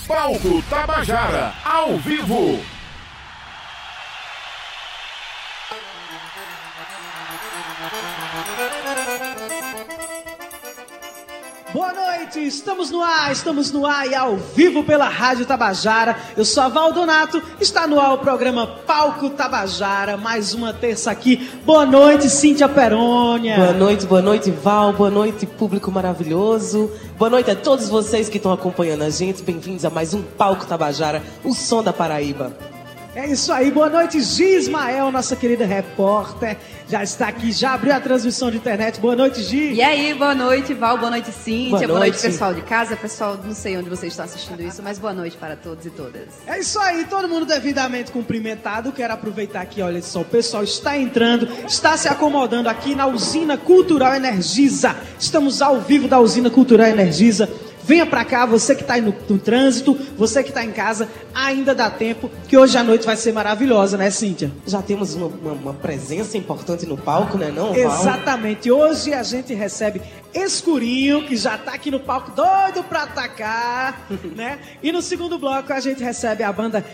Palco Tabajara, ao vivo. Boa noite, estamos no ar e ao vivo pela Rádio Tabajara. Eu sou a Val Donato, está no ar o programa Palco Tabajara, mais uma terça aqui. Boa noite, Cíntia Perônia. Boa noite, Val, boa noite, público maravilhoso. Boa noite a todos vocês que estão acompanhando a gente. Bem-vindos a mais um Palco Tabajara, o som da Paraíba. É isso aí, boa noite, Gi Ismael, nossa querida repórter, já está aqui, já abriu a transmissão de internet. Boa noite, Gi. E aí, boa noite, Val, boa noite, Cíntia, boa noite, pessoal de casa, pessoal, não sei onde vocês estão assistindo isso, mas boa noite para todos e todas. É isso aí, todo mundo devidamente cumprimentado. Quero aproveitar aqui, olha só, o pessoal está entrando, está se acomodando aqui na Usina Cultural Energisa. Estamos ao vivo da Usina Cultural Energisa. Venha pra cá, você que está aí no trânsito, você que está em casa, ainda dá tempo, que hoje a noite vai ser maravilhosa, né, Cíntia? Já temos uma presença importante no palco, né, não, Val? Exatamente, hoje a gente recebe Escurinho, que já está aqui no palco, doido pra atacar, né? E no segundo bloco a gente recebe a banda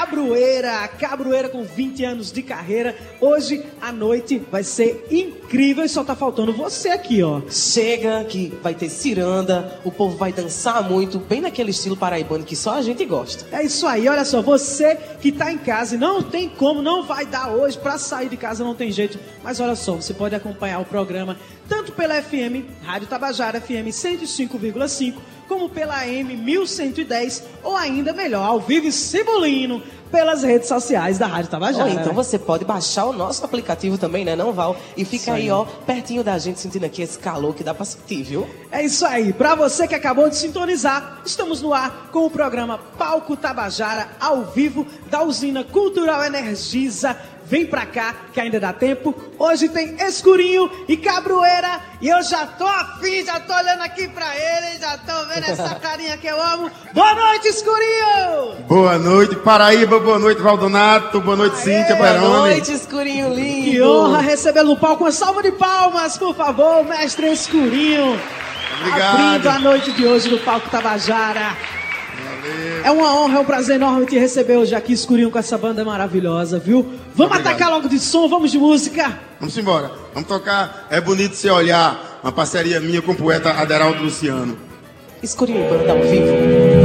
Cabroeira com 20 anos de carreira. Hoje a noite vai ser incrível e só tá faltando você aqui, ó. Chega que vai ter ciranda, o povo vai dançar muito, bem naquele estilo paraibano que só a gente gosta. É isso aí, olha só, você que tá em casa e não tem como, não vai dar hoje pra sair de casa, não tem jeito. Mas olha só, você pode acompanhar o programa tanto pela FM, Rádio Tabajara FM 105,5, como pela AM 1110, ou ainda melhor, ao vivo e cibulino, pelas redes sociais da Rádio Tabajara. Então você pode baixar o nosso aplicativo também, né, não, Val? E fica aí, ó, pertinho da gente, sentindo aqui esse calor que dá pra sentir, viu? É isso aí. Pra você que acabou de sintonizar, estamos no ar com o programa Palco Tabajara, ao vivo, da Usina Cultural Energisa. Vem pra cá, que ainda dá tempo. Hoje tem Escurinho e Cabroeira. E eu já tô afim, já tô olhando aqui pra ele, já tô vendo essa carinha que eu amo. Boa noite, Escurinho! Boa noite, Paraíba. Boa noite, Valdonato. Boa noite, Cíntia Peroni. Boa noite, Escurinho lindo. Que honra recebê-lo no palco. Uma salva de palmas, por favor, mestre Escurinho. Obrigado. Abrindo a noite de hoje no Palco Tabajara. É uma honra, é um prazer enorme te receber hoje aqui, Escurinho, com essa banda maravilhosa, viu? Vamos atacar logo de som, vamos de música. Vamos embora. Vamos tocar É Bonito Se Olhar, uma parceria minha com o poeta Aderaldo Luciano. Escurinho, banda ao vivo.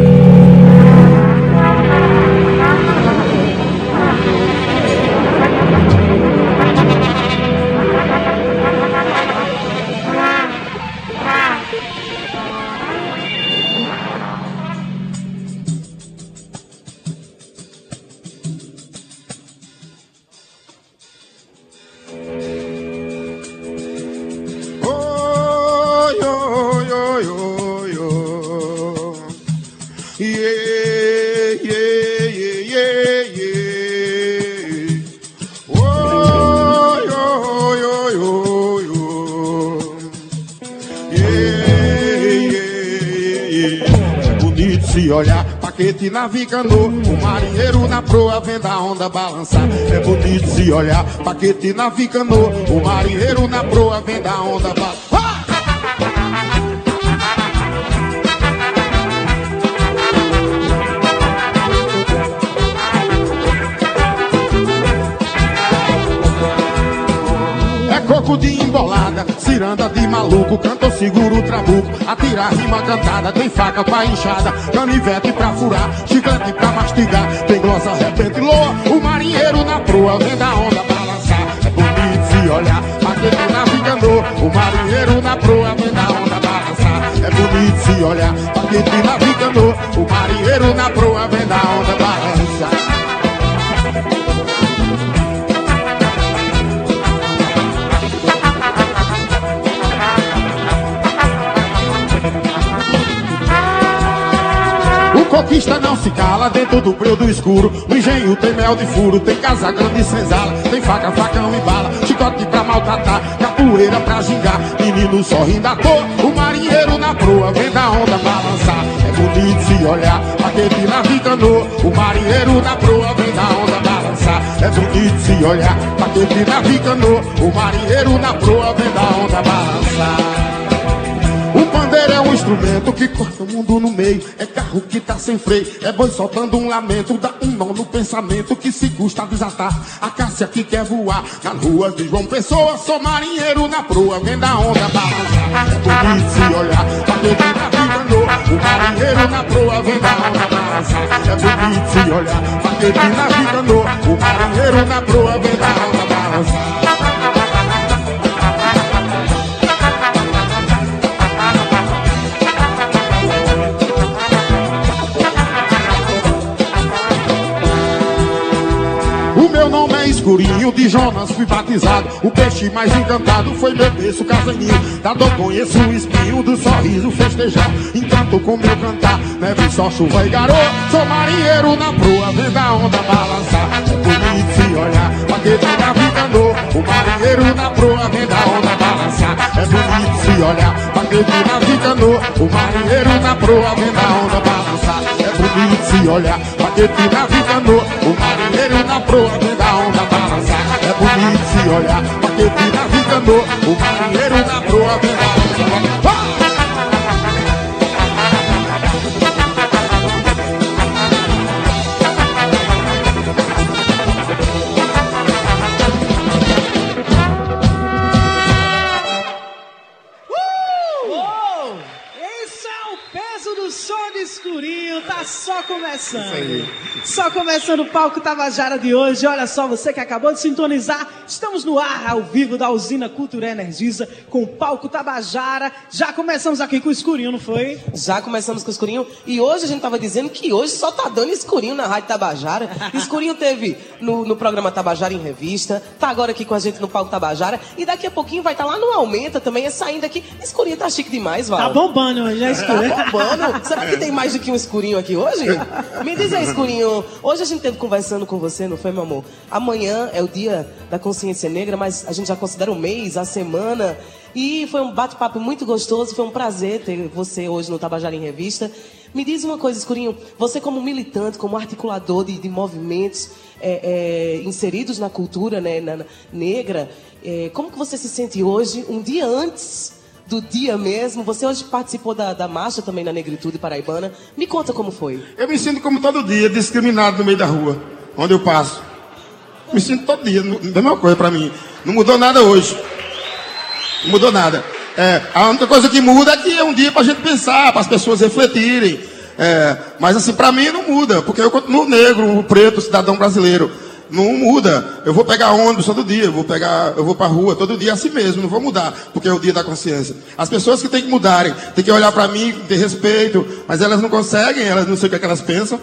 Olhar, paquete navegando, o marinheiro na proa vendo a onda balançar. É bonito se olhar, paquete navegando, o marinheiro na proa vendo a onda balançar. Coco de embolada, ciranda de maluco, cantor seguro o trabuco, atira rima cantada, tem faca pra inchada, canivete pra furar, chiclete pra mastigar, tem glosa, repente, loa, o marinheiro na proa, vendo a onda balançar. É bonito se olhar, paquete navegando, o marinheiro na proa, vendo a onda balançar. É bonito se olhar, paquete navegando, o marinheiro na proa, vendo a onda balançar. Conquista não se cala dentro do breu do escuro. O engenho tem mel de furo, tem casa grande e senzala, tem faca, facão e bala, chicote pra maltratar, capoeira pra gingar, menino sorrindo à toa, o marinheiro na proa, vendo a onda balançar. É bonito se olhar, paquete navegando, o marinheiro na proa, vendo a onda balançar. É bonito se olhar, paquete navegando, o marinheiro na proa, vendo a onda balançar. O O pandeiro é um instrumento que corta o mundo no meio. É carro que tá sem freio, é boi soltando um lamento. Dá um nó no pensamento que se custa desatar. A Cássia que quer voar nas ruas de João Pessoa. Sou marinheiro na proa, vem da onda balançar. É bonito se olhar, bater de navio canoa. O marinheiro na proa, vem da onda balançar. É bonito se olhar, bater de navio canoa. O marinheiro na proa, vem da onda balançar. Meu nome é Escurinho, de Jonas fui batizado. O peixe mais encantado foi meu berço casaninho. Da dor conheço o espinho do sorriso festejar. Encanto com meu cantar, neve, só chuva e garoa. Sou marinheiro na proa, vem da onda balançar. É bonito se olhar, bater de navio canoa. O marinheiro na proa, vem da onda balançar. É bonito se olhar, bater de navio canoa. O marinheiro na proa, vem da onda balançar. É bonito se olhar, bater de navio canoa. O marinheiro na proa, vem da onda balançar. É bonito se olhar, porque de navio canoa. O marinheiro na proa, vem da onda balançar. Tá só começando. Só começando o Palco Tabajara de hoje. Olha só, você que acabou de sintonizar, estamos no ar ao vivo da Usina Cultura Energisa com o Palco Tabajara. Já começamos aqui com o Escurinho, não foi? Já começamos com o Escurinho e hoje a gente tava dizendo que hoje só tá dando Escurinho na Rádio Tabajara. Escurinho teve no programa Tabajara em Revista, tá agora aqui com a gente no Palco Tabajara e daqui a pouquinho vai estar lá no Aumenta também, é saindo aqui. Escurinho tá chique demais, Val. Tá bombando hoje, né, Escurinho? Tá bombando. Será que tem mais do que um Escurinho aqui hoje? Me diz aí, Escurinho, hoje a gente esteve conversando com você, não foi, meu amor? Amanhã é o dia da consciência negra, mas a gente já considera o mês, a semana. E foi um bate-papo muito gostoso, foi um prazer ter você hoje no Tabajara em Revista. Me diz uma coisa, Escurinho, você como militante, como articulador de movimentos inseridos na cultura, né, negra, como que você se sente hoje, um dia antes do dia mesmo? Você hoje participou da marcha também na negritude paraibana. Me conta como foi. Eu me sinto como todo dia, discriminado no meio da rua, onde eu passo. Me sinto todo dia, a mesma coisa pra mim. Não mudou nada hoje. Não mudou nada. A única coisa que muda é que é um dia pra gente pensar, para as pessoas refletirem. Mas assim, pra mim não muda, porque eu continuo negro, preto, cidadão brasileiro. Não muda. Eu vou pegar ônibus todo dia, eu vou pra rua todo dia assim mesmo, não vou mudar, porque é o dia da consciência. As pessoas que têm que mudarem, têm que olhar pra mim, ter respeito, mas elas não conseguem, elas não sei o que é que elas pensam.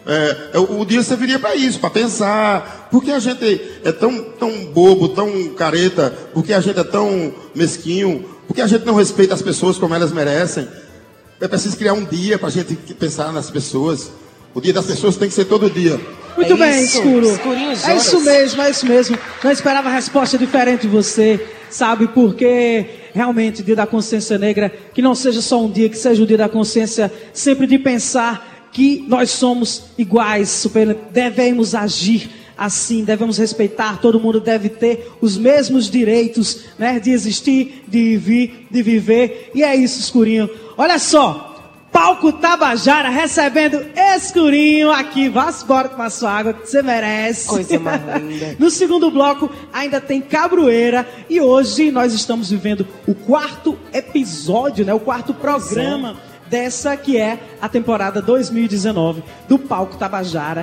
O dia serviria para isso, para pensar. Por que a gente é tão bobo, tão careta? Por que a gente é tão mesquinho? Por que a gente não respeita as pessoas como elas merecem? É preciso criar um dia para a gente pensar nas pessoas. O dia das pessoas tem que ser todo dia. Muito bem, Escuro. É isso mesmo. Não esperava resposta diferente de você, sabe? Porque realmente o dia da consciência negra, que não seja só um dia, que seja o dia da consciência sempre de pensar que nós somos iguais, devemos agir assim, devemos respeitar, todo mundo deve ter os mesmos direitos, né, de existir, de viver, e é isso, Escurinho. Olha só, Palco Tabajara recebendo Escurinho aqui, vá-se embora tomar sua água, que você merece. Coisa mais linda. No segundo bloco ainda tem Cabroeira, e hoje nós estamos vivendo o 4º episódio, né, o 4º programa dessa que é a temporada 2019 do Palco Tabajara.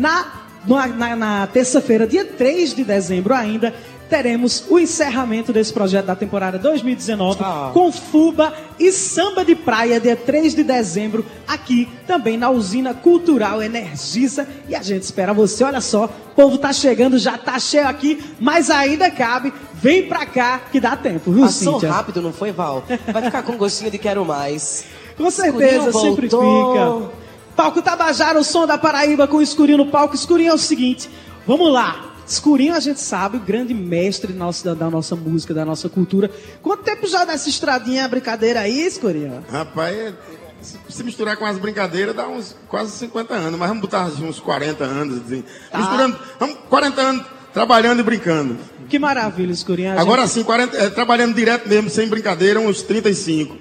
Na terça-feira, dia 3 de dezembro ainda, teremos o encerramento desse projeto da temporada 2019 com Fuba e Samba de Praia, dia 3 de dezembro, aqui também na Usina Cultural Energisa. E a gente espera você. Olha só, o povo tá chegando, já tá cheio aqui, mas ainda cabe. Vem pra cá que dá tempo, viu, Passou Cíntia? rápido, não foi, Val? Vai ficar com gostinho de quero mais. Com certeza, sempre fica. Palco Tabajara, o som da Paraíba com o Escurinho no palco. Escurinho é o seguinte, vamos lá. Escurinho, a gente sabe, o grande mestre da nossa música, da nossa cultura. Quanto tempo já nessa estradinha, brincadeira aí, Escurinho? Rapaz, se misturar com as brincadeiras dá uns quase 50 anos, mas vamos botar uns 40 anos, assim. Misturando, vamos 40 anos trabalhando e brincando. Que maravilha, Escurinho. Agora sim, trabalhando direto mesmo, sem brincadeira, uns 35.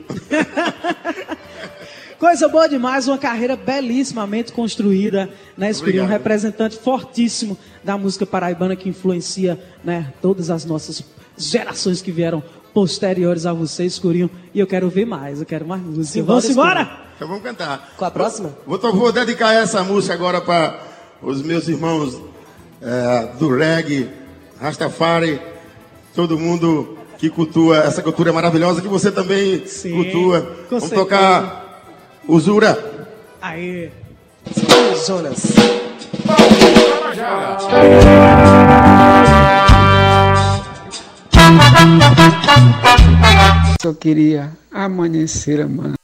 Coisa boa demais, uma carreira belíssimamente construída, né, Escurinho? Um representante fortíssimo da música paraibana que influencia, né, todas as nossas gerações que vieram posteriores a você, Escurinho. E eu quero ver mais, eu quero mais música. Vamos embora? Então vamos cantar. Com a próxima? Vou dedicar essa música agora para os meus irmãos do reggae, Rastafari, todo mundo que cultua essa cultura maravilhosa que você também cultua. Vamos tocar Usura. Aê. Jonas. Só queria amanhecer amanhã.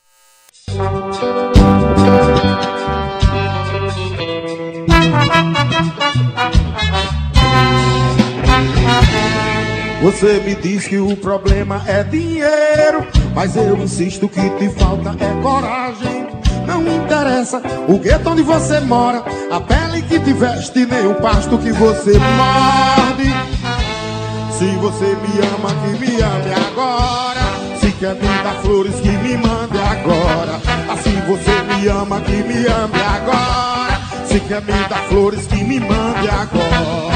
Você me diz que o problema é dinheiro, mas eu insisto que te falta é coragem. Não interessa o gueto onde você mora, a pele que te veste, nem o pasto que você morde. Se você me ama, que me ame agora. Se quer me dar flores, que me mande agora. Assim você me ama, que me ame agora. Se quer me dar flores, que me mande agora.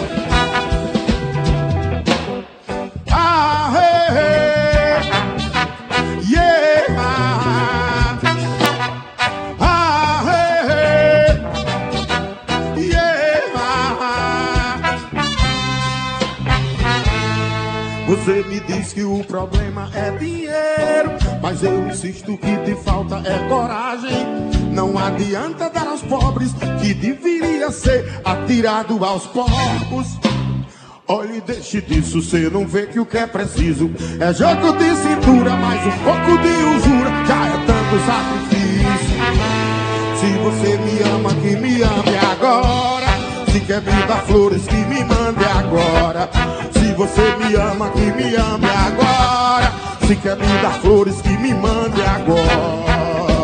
Você me diz que o problema é dinheiro, mas eu insisto que te falta é coragem. Não adianta dar aos pobres que deveria ser atirado aos porcos. Olhe, deixe disso, cê não vê que o que é preciso é jogo de cintura, mais um pouco de usura, já é tanto sacrifício. Se você me ama, que me ame agora. Se quer me dar flores, que me mande agora. Se você me ama, que me ame agora. Se quer me dar flores, que me mande agora.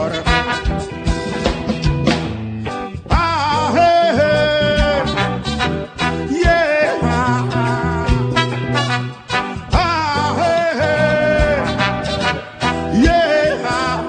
Ah, hey, hey. Yeah. Ah, hey, hey. Yeah.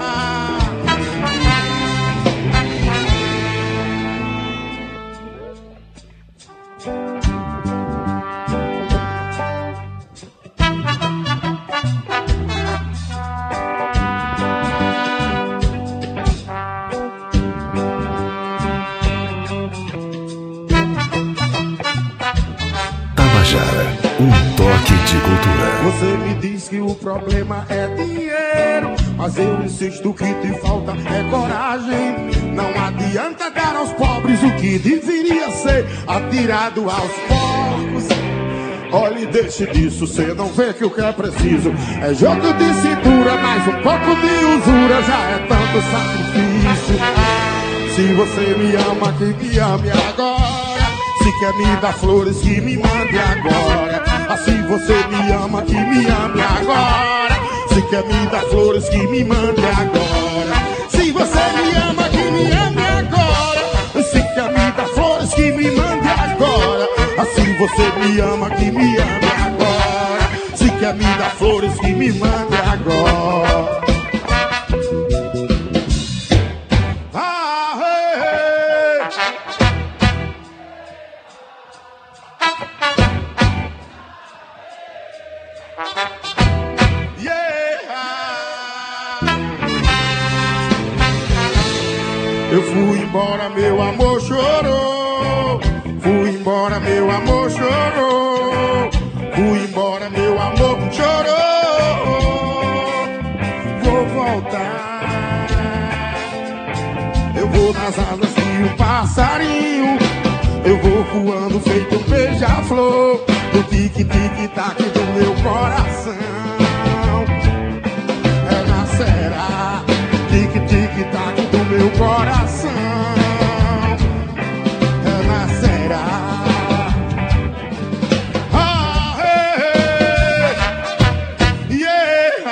Tabajara, um toque de cultura. Você me diz que o problema é dinheiro, mas eu insisto que te falta é coragem. Não adianta dar aos pobres o que deveria ser atirado aos porcos. Olhe, deixe disso, cê não vê que o que é preciso é jogo de cintura, mais um pouco de usura, já é tanto sacrifício. Se você me ama, que me ame agora. Se quer me dar flores, que me mande agora. Assim você me ama, que me ame agora. Se quer me dar flores, que me mande agora. Se você me ama, que me ame agora. Se quer me dar flores, que me mande agora. Assim você me ama, que me ame agora. Se quer me dar flores, que me mande agora. Eu fui embora, meu amor chorou. Fui embora, meu amor chorou. Fui embora, meu amor chorou. Vou voltar. Eu vou nas asas de um passarinho. Eu vou voando feito um beija-flor. No tic-tic-tac do meu coração. Renascerá. Tic-tic-tac do meu coração. Renascerá. Ah, hey, hey. Yeah.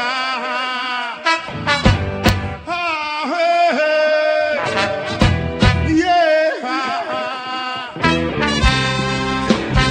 Ah, hey, hey. Yeah.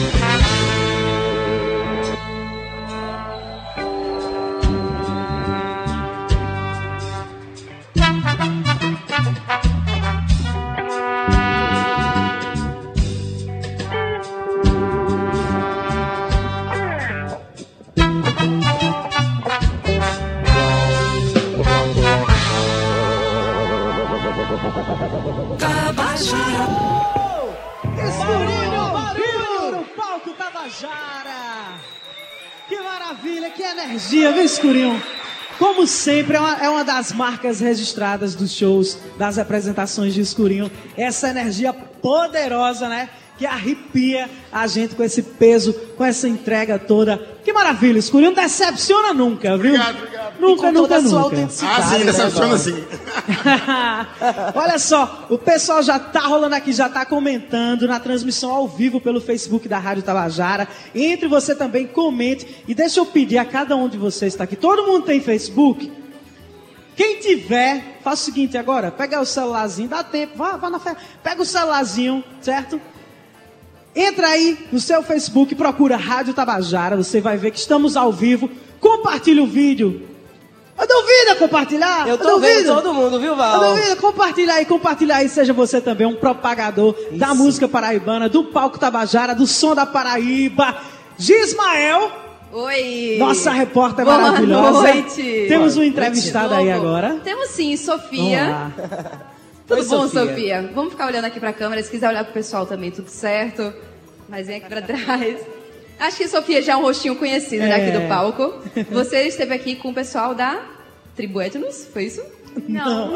Escurinho ao vivo no palco Tabajara. Que maravilha, que energia, viu, Escurinho? Como sempre, é uma das marcas registradas dos shows, das apresentações de Escurinho. Essa energia poderosa, né? Que arrepia a gente com esse peso, com essa entrega toda. Que maravilha, Escurinho. Não decepciona nunca, viu? Obrigado. Nunca, nunca, sua nunca. autenticidade, Sim, decepciona sim. Olha só, o pessoal já tá rolando aqui, já tá comentando na transmissão ao vivo pelo Facebook da Rádio Tabajara. Entre você também, comente. E deixa eu pedir a cada um de vocês que tá aqui. Todo mundo tem Facebook? Quem tiver, faz o seguinte agora. Pega o celularzinho, dá tempo, vá na fé. Pega o celularzinho, certo? Entra aí no seu Facebook, procura Rádio Tabajara. Você vai ver que estamos ao vivo. Compartilha o vídeo. Eu duvido compartilhar. Eu tô vendo todo mundo, viu, Val? Eu duvido, compartilha aí. Seja você também um propagador da música paraibana, do palco Tabajara, do som da Paraíba. Gismael. Oi! Nossa repórter Boa maravilhosa. noite! Temos um entrevistado aí agora. Temos sim, Sofia. Tudo Oi, bom, Sofia? Sofia? Vamos ficar olhando aqui pra câmera. Se quiser olhar pro pessoal também, tudo certo. Mas vem aqui pra trás. Acho que Sofia já é um rostinho conhecido aqui do palco. Você esteve aqui com o pessoal da Tribo Etnos, foi isso? Não.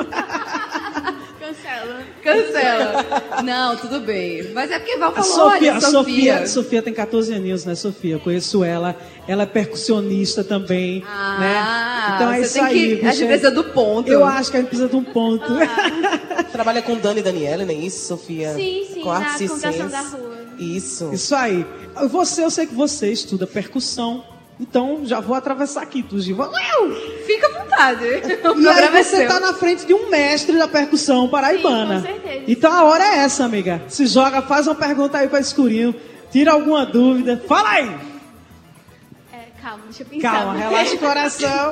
Cancela. Não, tudo bem. Mas é porque Val falou, A Sofia tem 14 aninhos, né, Sofia? Eu conheço ela. Ela é percussionista também, né? Então é isso aí. A gente precisa do ponto. Eu acho que a gente precisa de um ponto. Trabalha com Dani e Daniela, não é isso, Sofia? Sim, com na arte Fundação da Rua. Isso. Isso aí. Eu sei que você estuda percussão. Então, já vou atravessar aqui, Tugiva. Fica à vontade. E aí você tá na frente de um mestre da percussão paraibana. Sim, com certeza. Então a hora é essa, amiga. Se joga, faz uma pergunta aí pra Escurinho. Tira alguma dúvida. Fala aí! Calma, deixa eu pensar. Calma, relaxa o coração.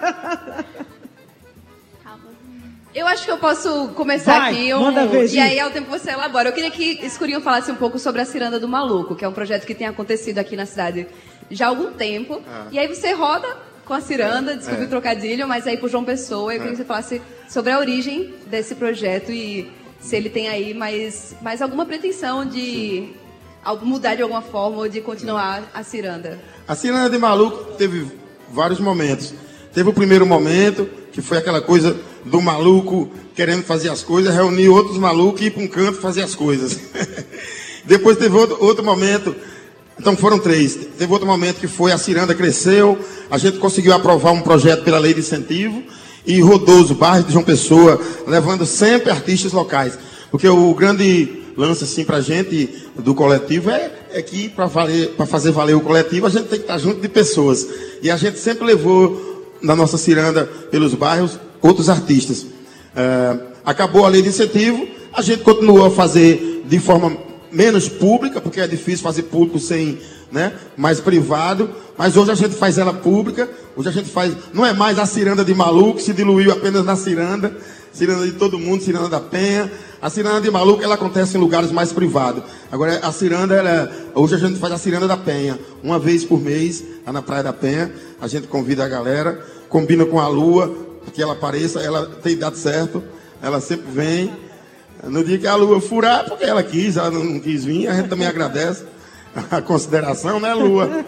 Calma. Eu acho que eu posso começar Vai, aqui. manda ver, Gi. E aí, ao tempo que você elabora. Eu queria que Escurinho falasse um pouco sobre a Ciranda do Maluco, que é um projeto que tem acontecido aqui na cidade já há algum tempo. E aí você roda com a Ciranda, desculpe o trocadilho, mas aí por João Pessoa. Eu queria que você falasse sobre a origem desse projeto e se ele tem aí mais alguma pretensão de mudar de alguma forma ou de continuar a Ciranda. A Ciranda de Maluco teve vários momentos. Teve o primeiro momento, que foi aquela coisa do maluco querendo fazer as coisas, reunir outros malucos e ir para um canto fazer as coisas. Depois teve outro momento. Então foram 3. Teve outro momento que foi a Ciranda cresceu, a gente conseguiu aprovar um projeto pela lei de incentivo e rodou os bairros de João Pessoa, levando sempre artistas locais. Porque o grande lance assim pra gente do coletivo é que para fazer valer o coletivo a gente tem que estar junto de pessoas. E a gente sempre levou na nossa Ciranda pelos bairros outros artistas. Acabou a lei de incentivo, a gente continuou a fazer de forma menos pública, porque é difícil fazer público sem, né, mais privado, mas hoje a gente faz ela pública, hoje a gente faz, não é mais a Ciranda de Maluco, se diluiu apenas na Ciranda de todo mundo, Ciranda da Penha. A Ciranda de Maluco, ela acontece em lugares mais privados. Agora, a Ciranda, hoje a gente faz a Ciranda da Penha, uma vez por mês, lá na Praia da Penha, a gente convida a galera, combina com a Lua, que ela apareça, ela tem dado certo, ela sempre vem. No dia que a Lua furar, porque ela quis, ela não quis vir, a gente também agradece a consideração, né, Lua?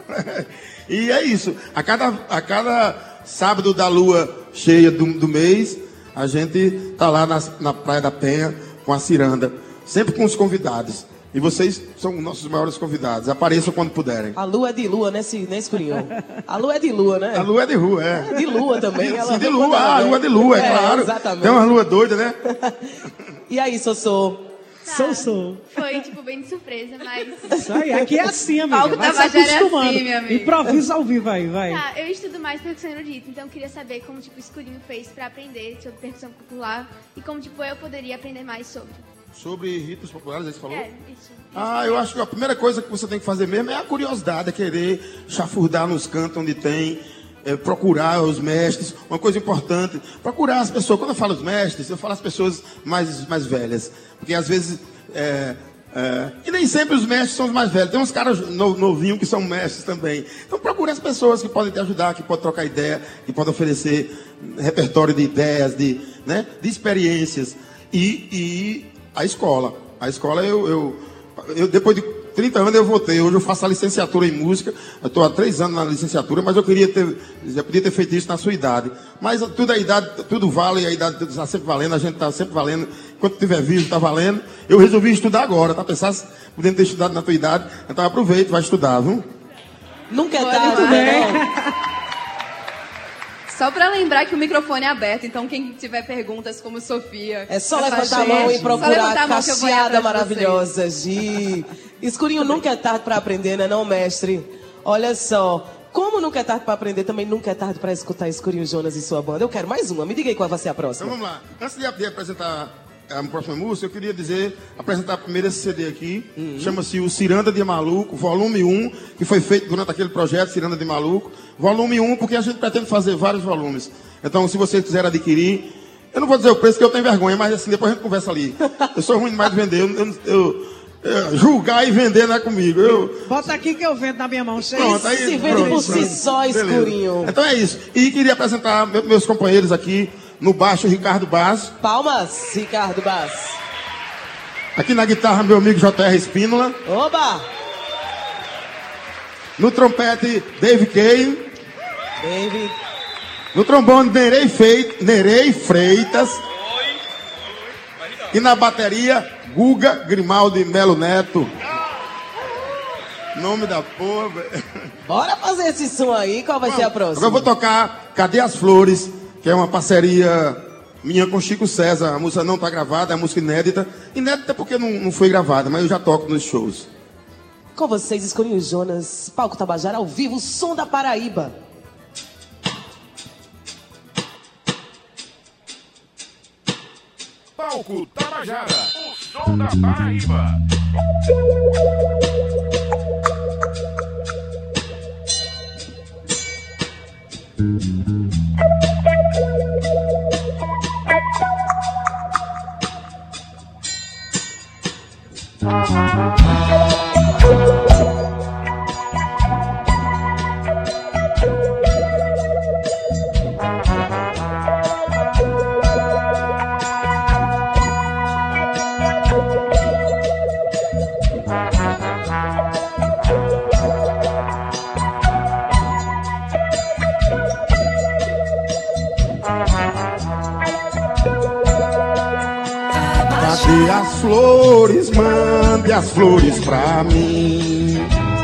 E é isso. A cada sábado da Lua cheia do mês, a gente tá lá na Praia da Penha com a Ciranda, sempre com os convidados. E vocês são nossos maiores convidados. Apareçam quando puderem. A Lua é de Lua, né, Escurinho? A Lua é de Lua, né? A Lua é de rua, é. De Lua também. Sim, de Lua. A Lua é de Lua, é claro. Exatamente. Tem uma Lua doida, né? E aí, Sossô? Sou. Foi, tipo, bem de surpresa, mas... Isso aí, aqui é assim, amiga. Palco Vai se Tabajara é acostumando. assim, minha amiga. Improvisa ao vivo aí, vai. Tá, eu estudo mais percussão erudita, então eu queria saber como, tipo, o Escurinho fez pra aprender sobre percussão popular e como, tipo, eu poderia aprender mais sobre. Sobre ritos populares, você falou? Isso. Eu acho que a primeira coisa que você tem que fazer mesmo é a curiosidade, é querer chafurdar nos cantos onde tem, procurar os mestres. Uma coisa importante, procurar as pessoas. Quando eu falo os mestres, eu falo as pessoas mais velhas. Porque às vezes, e nem sempre os mestres são os mais velhos. Tem uns caras novinhos que são mestres também. Então procure as pessoas que podem te ajudar, que podem trocar ideia, que podem oferecer repertório de ideias, de experiências. e a escola. A escola, eu depois de 30 anos eu voltei. Hoje eu faço a licenciatura em música. Eu estou há 3 anos na licenciatura, mas já podia ter feito isso na sua idade. Mas tudo a idade, tudo vale, a idade está sempre valendo, a gente está sempre valendo. Enquanto estiver vivo, está valendo. Eu resolvi estudar agora, tá? Pensasse, podendo ter estudado na tua idade. Então aproveita, vai estudar, viu? Nunca é tarde, né? Só pra lembrar que o microfone é aberto, então quem tiver perguntas como Sofia... É só levantar a mão e procurar a cacheada maravilhosa, Gi. Escurinho nunca é tarde pra aprender, né não, mestre? Olha só, como nunca é tarde pra aprender, também nunca é tarde pra escutar Escurinho Jonas e sua banda. Eu quero mais uma, me diga aí qual vai ser a próxima. Então vamos lá. Antes de apresentar a próxima música, eu queria apresentar primeiro esse CD aqui. Chama-se o Ciranda de Maluco, volume 1, que foi feito durante aquele projeto Ciranda de Maluco. Volume 1, porque a gente pretende fazer vários volumes. Então, se vocês quiserem adquirir, eu não vou dizer o preço, que eu tenho vergonha, mas assim, depois a gente conversa ali. Eu sou ruim demais de vender, julgar e vender não é comigo. Bota aqui que eu vendo na minha mão. Pronto, aí, se vende por si só, Escurinho. Então é isso. E queria apresentar meus companheiros aqui. No baixo, Ricardo Bass. Palmas, Ricardo Bass. Aqui na guitarra, meu amigo J.R. Espínola. Oba! No trompete, Dave Kane. David. No trombone, Nerei Freitas. E na bateria, Guga Grimaldi Melo Neto. Nome da porra, velho. Bora fazer esse som aí, qual vai ser a próxima? Agora eu vou tocar Cadê as Flores, que é uma parceria minha com Chico César. A música não está gravada, é uma música inédita. Inédita porque não foi gravada, mas eu já toco nos shows. Com vocês, Escurinho Jonas, Palco Tabajara ao vivo, som da Paraíba. Palco Tabajara, o som da Paraíba. Cadê as flores? Mande as flores pra mim.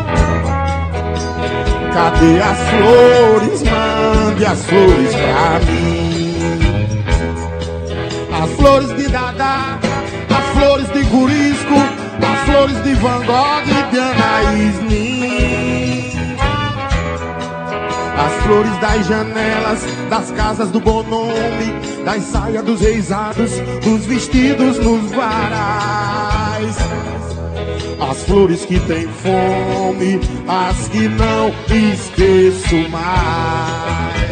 Cadê as flores? Mande as flores pra mim. As flores de Dada, as flores de Curisco, as flores de Van Gogh e de Anaísnin. As flores das janelas, das casas do bom nome, das saias dos reisados, dos vestidos nos varais. As flores que têm fome, as que não esqueço mais.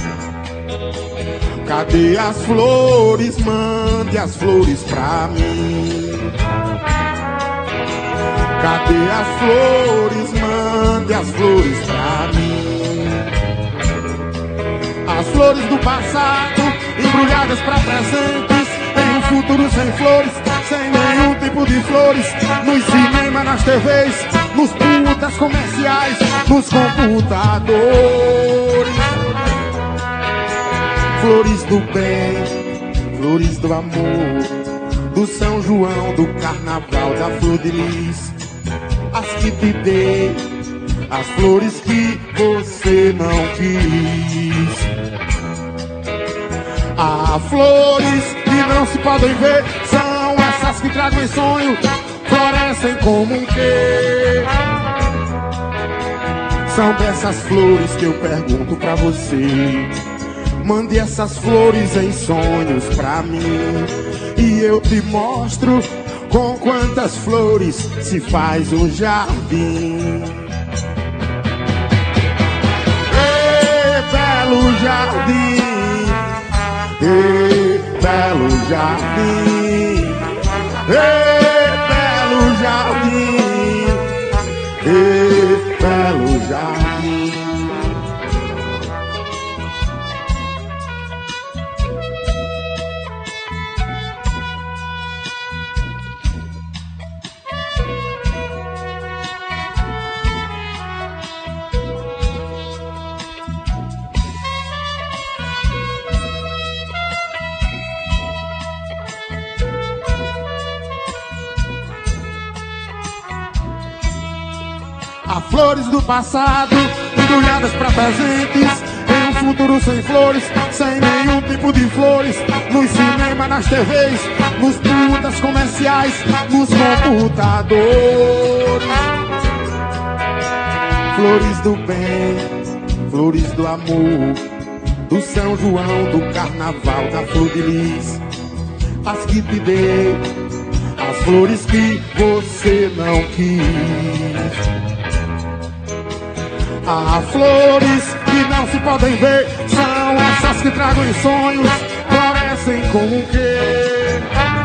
Cadê as flores? Mande as flores pra mim. Cadê as flores? Mande as flores pra mim. As flores do passado, embrulhadas pra presentes, em um futuro sem flores, sem nenhum tipo de flores. Nos cinemas, nas TVs, nos putas comerciais, nos computadores. Flores do bem, flores do amor, do São João, do carnaval, da flor de lis. As que te dei, as flores que você não quis. Há flores que não se podem ver, são essas que tragam em sonho, florescem como um quê? São dessas flores que eu pergunto pra você. Mande essas flores em sonhos pra mim, e eu te mostro com quantas flores se faz um jardim. Ei, belo jardim, ei, belo jardim, ei, belo jardim, ei, belo jardim. Há flores do passado, embrulhadas pra presentes, em um futuro sem flores, sem nenhum tipo de flores. Nos cinemas, nas TVs, nos putas comerciais, nos computadores. Flores do bem, flores do amor, do São João, do carnaval, da flor de lis. As que te dei, as flores que você não quis. Há flores que não se podem ver, são essas que tragam em sonhos, florescem com o quê?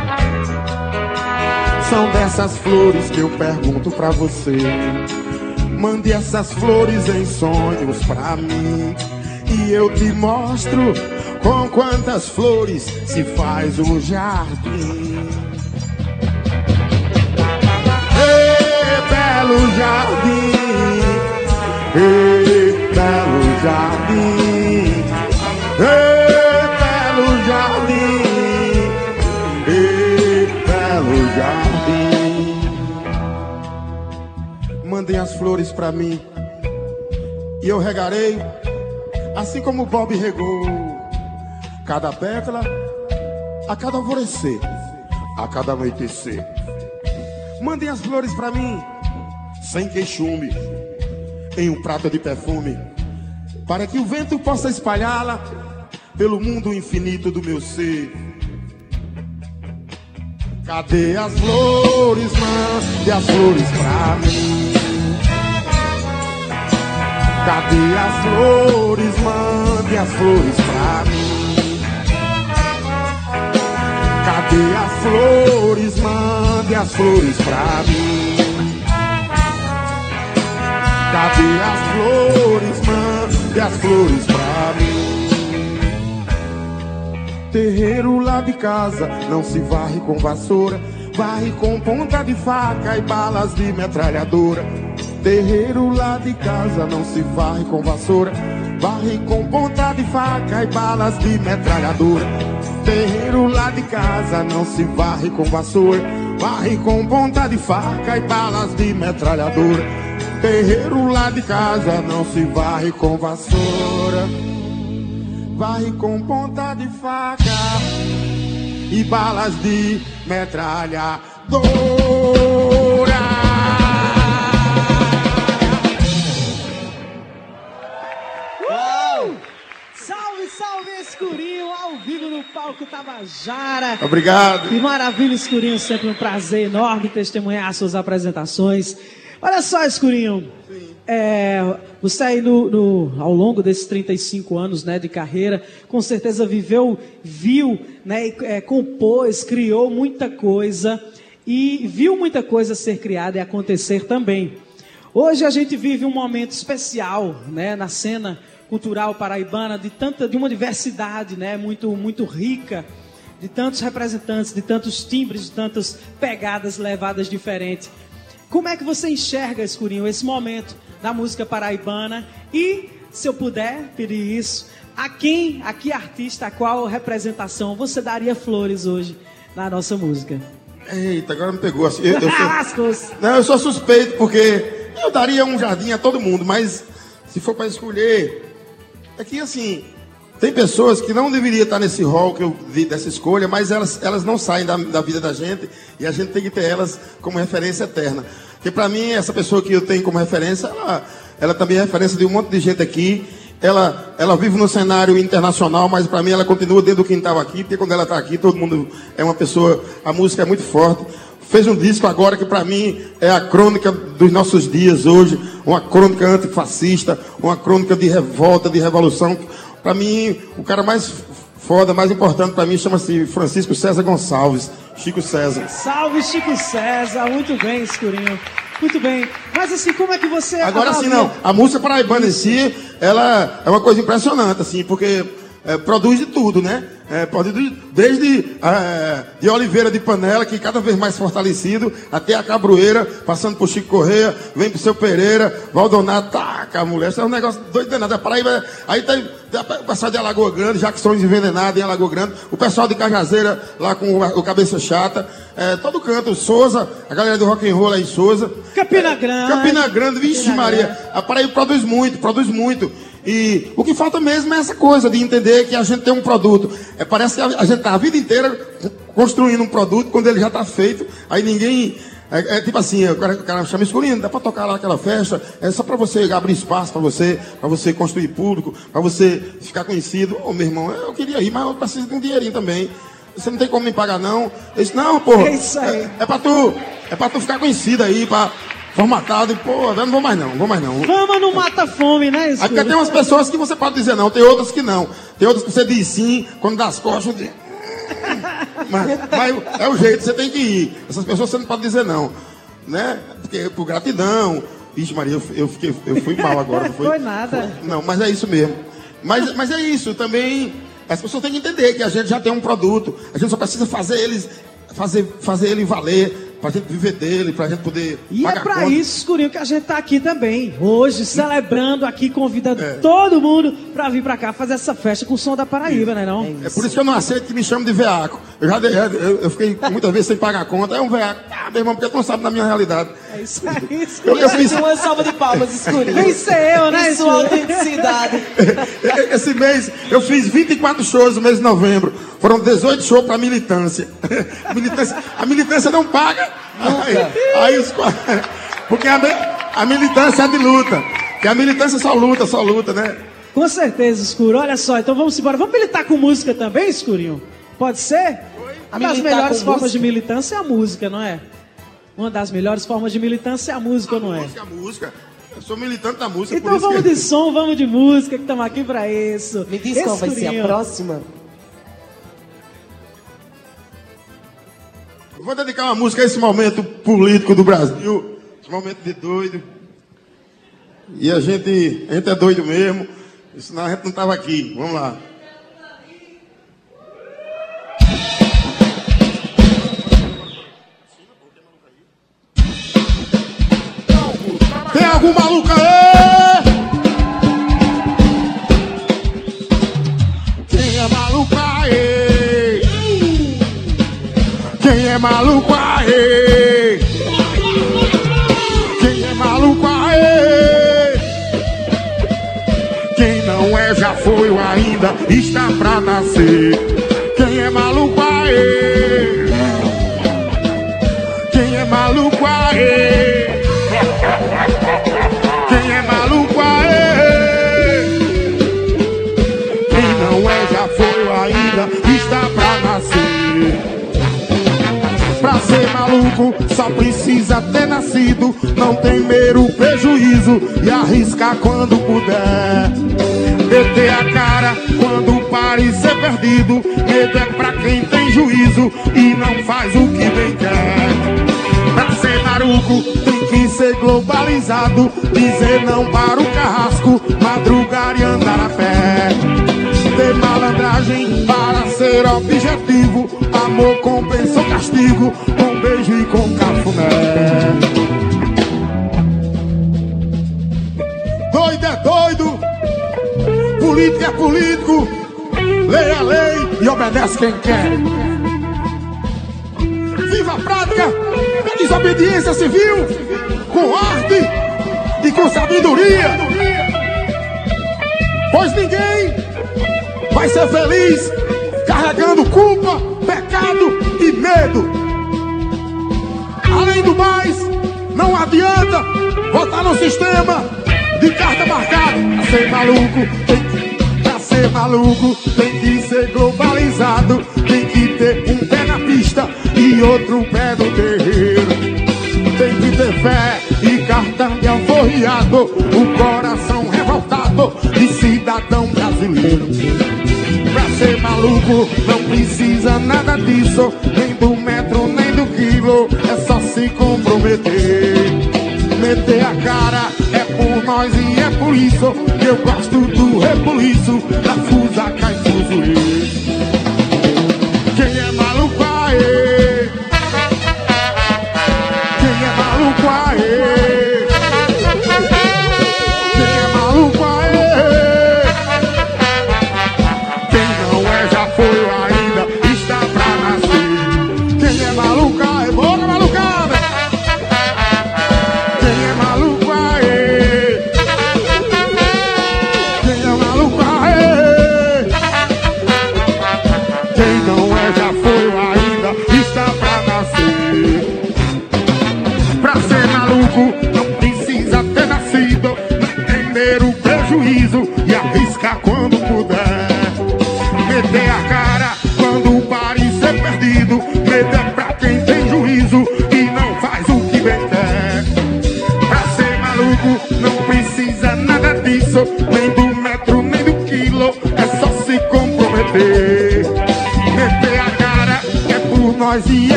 São dessas flores que eu pergunto pra você. Mande essas flores em sonhos pra mim, e eu te mostro com quantas flores se faz um jardim. Ei, belo jardim, ei, belo jardim, ei, belo jardim, ei, belo jardim. Mandem as flores pra mim e eu regarei, assim como Bob regou cada pétala a cada alvorecer, a cada anoitecer. Mandem as flores pra mim sem queixume, em um prato de perfume, para que o vento possa espalhá-la pelo mundo infinito do meu ser. Cadê as flores, mande as flores pra mim. Cadê as flores, mande as flores pra mim. Cadê as flores, mande as flores pra mim. Cadê as flores, mande as flores pra mim. Terreiro lá de casa não se varre com vassoura, varre com ponta de faca e balas de metralhadora. Terreiro lá de casa não se varre com vassoura, varre com ponta de faca e balas de metralhadora. Terreiro lá de casa não se varre com vassoura, varre com ponta de faca e balas de metralhadora. Terreiro lá de casa não se varre com vassoura, varre com ponta de faca e balas de metralhadora. Salve, salve, Escurinho, ao vivo no palco Tabajara. Obrigado. Que maravilha, Escurinho, sempre um prazer enorme testemunhar suas apresentações. Olha só, Escurinho, você aí ao longo desses 35 anos, né, de carreira, com certeza viu, né, compôs, criou muita coisa e viu muita coisa ser criada e acontecer também. Hoje a gente vive um momento especial, né, na cena cultural paraibana, de uma diversidade, né, muito rica, de tantos representantes, de tantos timbres, de tantas pegadas levadas diferentes. Como é que você enxerga, Escurinho, esse momento da música paraibana? E, se eu puder pedir isso, a que artista, a qual representação você daria flores hoje na nossa música? Eita, agora me pegou assim. Eu sou suspeito, porque eu daria um jardim a todo mundo, mas se for para escolher, é que assim, tem pessoas que não deveriam estar nesse rol que eu vi dessa escolha, mas elas não saem da vida da gente e a gente tem que ter elas como referência eterna. Porque para mim, essa pessoa que eu tenho como referência, ela também é referência de um monte de gente aqui. Ela vive no cenário internacional, mas para mim ela continua dentro do quintal aqui, porque quando ela está aqui, todo mundo é uma pessoa, a música é muito forte. Fez um disco agora que para mim é a crônica dos nossos dias hoje, uma crônica antifascista, uma crônica de revolta, de revolução. Para mim, o cara mais foda, mais importante para mim chama-se Francisco César Gonçalves, Chico César. Salve, Chico César, muito bem, Escurinho. Muito bem, mas assim, como é que você... Agora sim, não, a música paraibana em si, ela é uma coisa impressionante, assim, porque produz de tudo, né? Desde de Oliveira de Panela, que cada vez mais fortalecido, até a Cabroeira, passando por Chico Correia, vem pro Seu Pereira, Valdonato, taca a mulher. Isso é um negócio doido danado. Paraíba, aí tem o pessoal de Alagoa Grande, Jacksons envenenado em Alagoa Grande, o pessoal de Cajazeira, lá com o Cabeça Chata, todo canto, Souza, a galera do rock and roll aí em Souza. Campina Grande, vixe Maria, a Paraíba produz muito. E o que falta mesmo é essa coisa de entender que a gente tem um produto. Parece que a gente tá a vida inteira construindo um produto, quando ele já está feito, aí ninguém... tipo assim, o cara chama Escurinho, dá para tocar lá aquela festa, é só para você abrir espaço para você construir público, para você ficar conhecido. Ô, meu irmão, eu queria ir, mas eu preciso de um dinheirinho também. Você não tem como me pagar, não. Eu disse, não, porra. É isso aí. É pra tu ficar conhecido aí, formatado, e, pô, eu não vou mais não. Fama não mata fome, né, isso? Aí porque tem umas pessoas que você pode dizer não, tem outras que não. Tem outras que você diz sim, quando dá as costas, mas é o jeito, você tem que ir. Essas pessoas você não pode dizer não, né? Porque por gratidão. Ixi, Maria, eu fui mal agora. Não foi nada. Não, mas é isso mesmo. Mas é isso, também as pessoas têm que entender que a gente já tem um produto, a gente só precisa fazer ele valer, pra gente viver dele, pra gente poder pagar pra conta. Isso, Escurinho, que a gente tá aqui também, hoje, celebrando aqui, convidando todo mundo pra vir pra cá fazer essa festa com o som da Paraíba, né, não? É por isso que eu não aceito que me chamem de veaco. Eu fiquei muitas vezes sem pagar a conta, é um veaco. Meu irmão, porque tu não sabe da minha realidade. É isso aí, Escurinho. Eu fiz uma salva de palmas, Escurinho. Vem ser eu, né, sua autenticidade. Esse mês, eu fiz 24 shows no mês de novembro. Foram 18 shows pra militância. A militância não paga. Porque a militância é de luta. Que a militância só luta, né? Com certeza, Escuro. Olha só, então vamos embora. Vamos militar com música também, Escurinho? Pode ser? Uma das melhores formas de militância é a música, não é? Uma das melhores formas de militância é a música, não é? A música. Eu sou militante da música. Então vamos de som, vamos de música, que estamos aqui pra isso. Me diz qual vai ser a próxima. Vou dedicar uma música a esse momento político do Brasil, esse momento de doido. E a gente é doido mesmo, senão a gente não estava aqui. Vamos lá. Tem algum maluco aí? Quem é maluco aí? Quem é maluco aí? Quem é maluco aí? Quem não é já foi ou ainda está pra nascer. Quem é maluco aí? Quem é maluco aí? Quem é maluco aí? Quem não é já foi ou ainda está pra nascer. Pra ser maluco só precisa ter nascido, não temer o prejuízo e arriscar quando puder. Meter a cara quando parecer perdido, medo é pra quem tem juízo e não faz o que bem quer. Pra ser maluco tem que ser globalizado, dizer não para o carrasco, madrugar e andar a pé. Ter malandragem para ser objetivo, amor compensa o castigo, com beijo e com cafuné. Doido é doido, político é político, lei é lei e obedece quem quer. Viva a prática da desobediência civil, com arte e com sabedoria, pois ninguém vai ser feliz carregando culpa, pecado e medo. Além do mais, não adianta votar no sistema de carta marcada. Pra ser maluco tem que ser globalizado, tem que ter um pé na pista e outro pé no terreiro. Tem que ter fé e cartão de alforriado, o coração revoltado de cidadão brasileiro. Pra ser maluco não precisa nada disso, nem do metro, nem do quilo, é só se comprometer. Meter a cara é por nós e é por isso que eu gosto do rebuliço, da fusaca e fuzuê.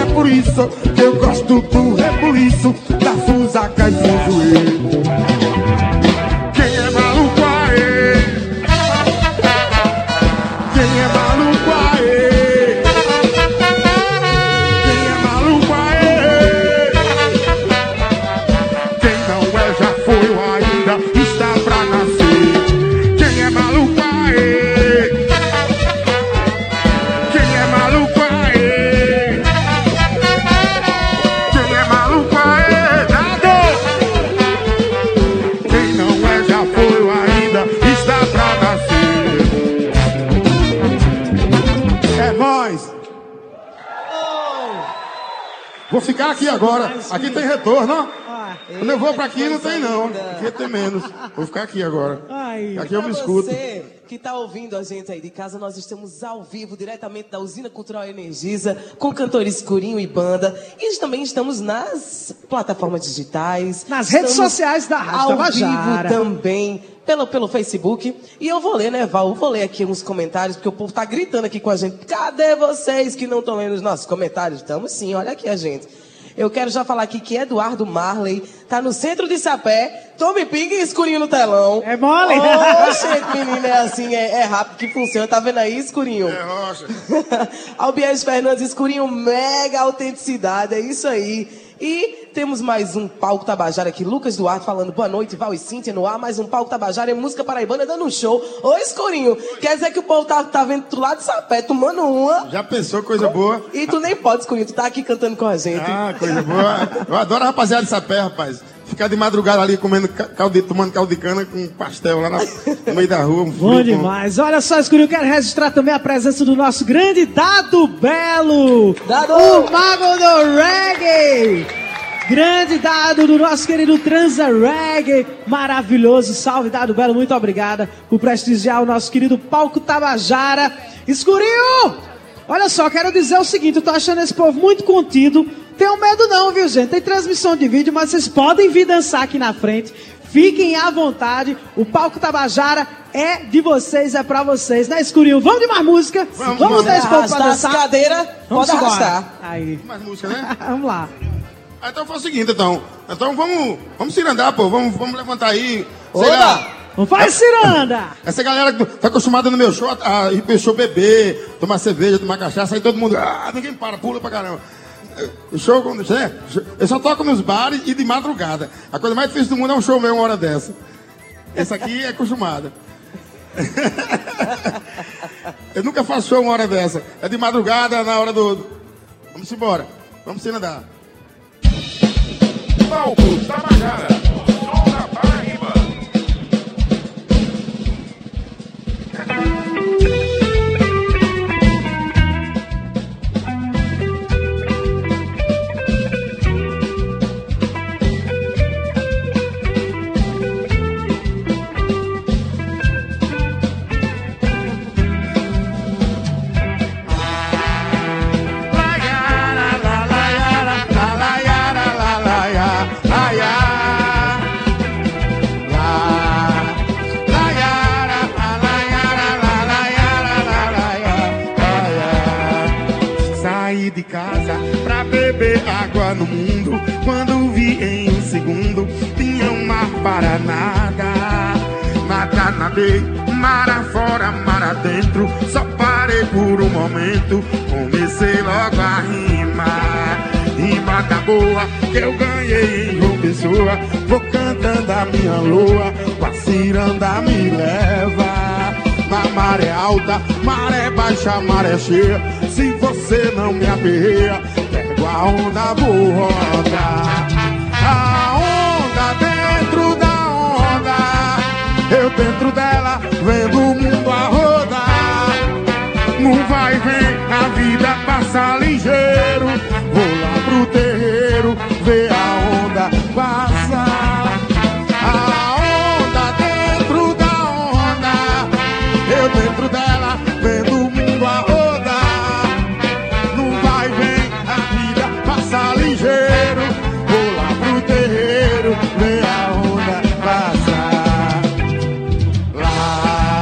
por isso que eu gosto do rebuliço da Fusaca e Fuzuê. Quem é maluco aí? Quem é maluco aí? Quem é maluco aí? Quem não é já foi ou ainda está pra nascer. Quem é maluco aí? Quem é maluco aí? Quem é maluco aí? Nada! Quem não é já foi ou ainda está pra nascer. É nóis! Vou ficar aqui agora. Aqui tem retorno, ó. Quando eu vou pra aqui não tem não. Aqui tem menos. Vou ficar aqui agora. Aqui eu me escuto. Você que tá ouvindo a gente aí de casa, nós estamos ao vivo, diretamente da Usina Cultural Energisa, com cantor Escurinho e banda. E também estamos nas plataformas digitais. Nas redes sociais da Rádio Tabajara. Ao vivo também, pelo Facebook. E eu vou ler, né, Val? Eu vou ler aqui uns comentários, porque o povo tá gritando aqui com a gente. Cadê vocês que não estão lendo os nossos comentários? Estamos sim, olha aqui a gente. Eu quero já falar aqui que Eduardo Marley tá no centro de Sapé, Tommy Pig e Escurinho no telão. É mole? Oxe, menino, é assim, é rápido que funciona. Tá vendo aí, Escurinho? É rocha. Albiés Fernandes, Escurinho, mega autenticidade, é isso aí. E temos mais um Palco Tabajara aqui, Lucas Duarte falando boa noite, Val e Cíntia no ar, mais um Palco Tabajara, é música paraibana dando um show. Ô, Escurinho, quer dizer que o povo tá vendo tu lá de Sapé, tomando uma. Já pensou coisa boa? E tu nem pode, Escurinho, tu tá aqui cantando com a gente. Ah, coisa boa. Eu adoro a rapaziada de Sapé, rapaz. Ficar de madrugada ali comendo tomando caldo de cana com pastel lá no meio da rua. Bom demais. Olha só, Escurinho, quero registrar também a presença do nosso grande Dado Belo. Dado! O mago do reggae. Grande Dado do nosso querido Transa Reggae. Maravilhoso. Salve, Dado Belo. Muito obrigada por prestigiar o nosso querido Palco Tabajara. Escurinho! Olha só, quero dizer o seguinte, eu tô achando esse povo muito contido. Tenham medo não, viu, gente? Tem transmissão de vídeo, mas vocês podem vir dançar aqui na frente. Fiquem à vontade. O Palco Tabajara é de vocês, é pra vocês, né, Escurinho? Vamos de mais música. Vamos dar esse povo pra dançar. As cadeiras, pode arrastar. Aí. Mais música, né? Vamos lá. Então foi o seguinte, então. Então vamos cirandar, pô. Vamos levantar aí. Vamos fazer ciranda. Essa galera que tá acostumada no meu show a ir pro show beber, tomar cerveja, tomar cachaça, aí todo mundo, ninguém pula pra caramba. O show, eu só toco nos bares e de madrugada. A coisa mais difícil do mundo é um show meu uma hora dessa. Esse aqui é acostumado. Eu nunca faço show uma hora dessa. É de madrugada, na hora do... Vamos embora. Vamos se andar. Palco Tabajara, o som da Paraíba. De casa pra beber água no mundo. Quando vi em um segundo, tinha um mar para nada. Nada, nadei, mar afora, mar adentro. Só parei por um momento, comecei logo a rimar. Rima da boa que eu ganhei em João Pessoa. Vou cantando a minha lua, com a ciranda me leva. Na maré alta, maré baixa, maré cheia. Se você não me aperreia, pego a onda, vou rodar. A onda dentro da onda, eu dentro dela, vendo o mundo a rodar. No vai e vem, a vida passa ligeiro. Vou lá pro terreiro, ver a onda passar. A onda dentro da onda, eu dentro dela, vendo o mundo a rodar. Não vai, vem, a vida passa ligeiro. Vou lá pro terreiro, ver a onda passar. Lá.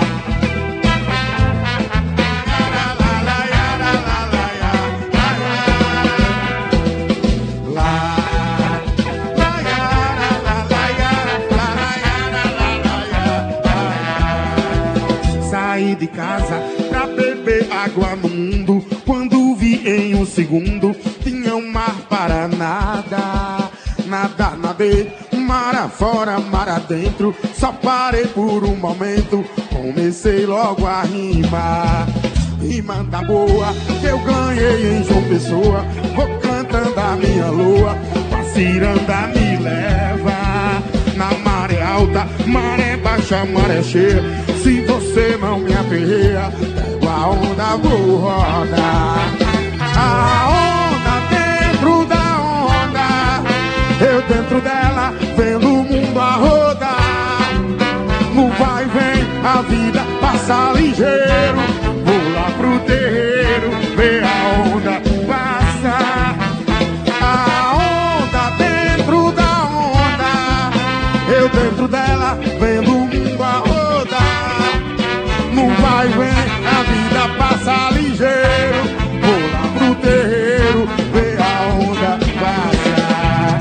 parei, mar afora, mar adentro. Só parei por um momento, comecei logo a rimar. Rimanda boa que eu ganhei em João Pessoa. Vou cantando a minha loa, a ciranda me leva. Na maré alta, maré baixa, maré cheia. Se você não me aperreia, pego a onda, vou rodar. A onda dentro da onda, eu dentro dela, vendo o mundo a rodar. No vai e vem, a vida passa ligeiro. Vou lá pro terreiro, ver a onda passar. A onda dentro da onda, eu dentro dela, vendo o mundo a rodar. No vai e vem, a vida passa ligeiro. Vou lá pro terreiro, ver a onda passar.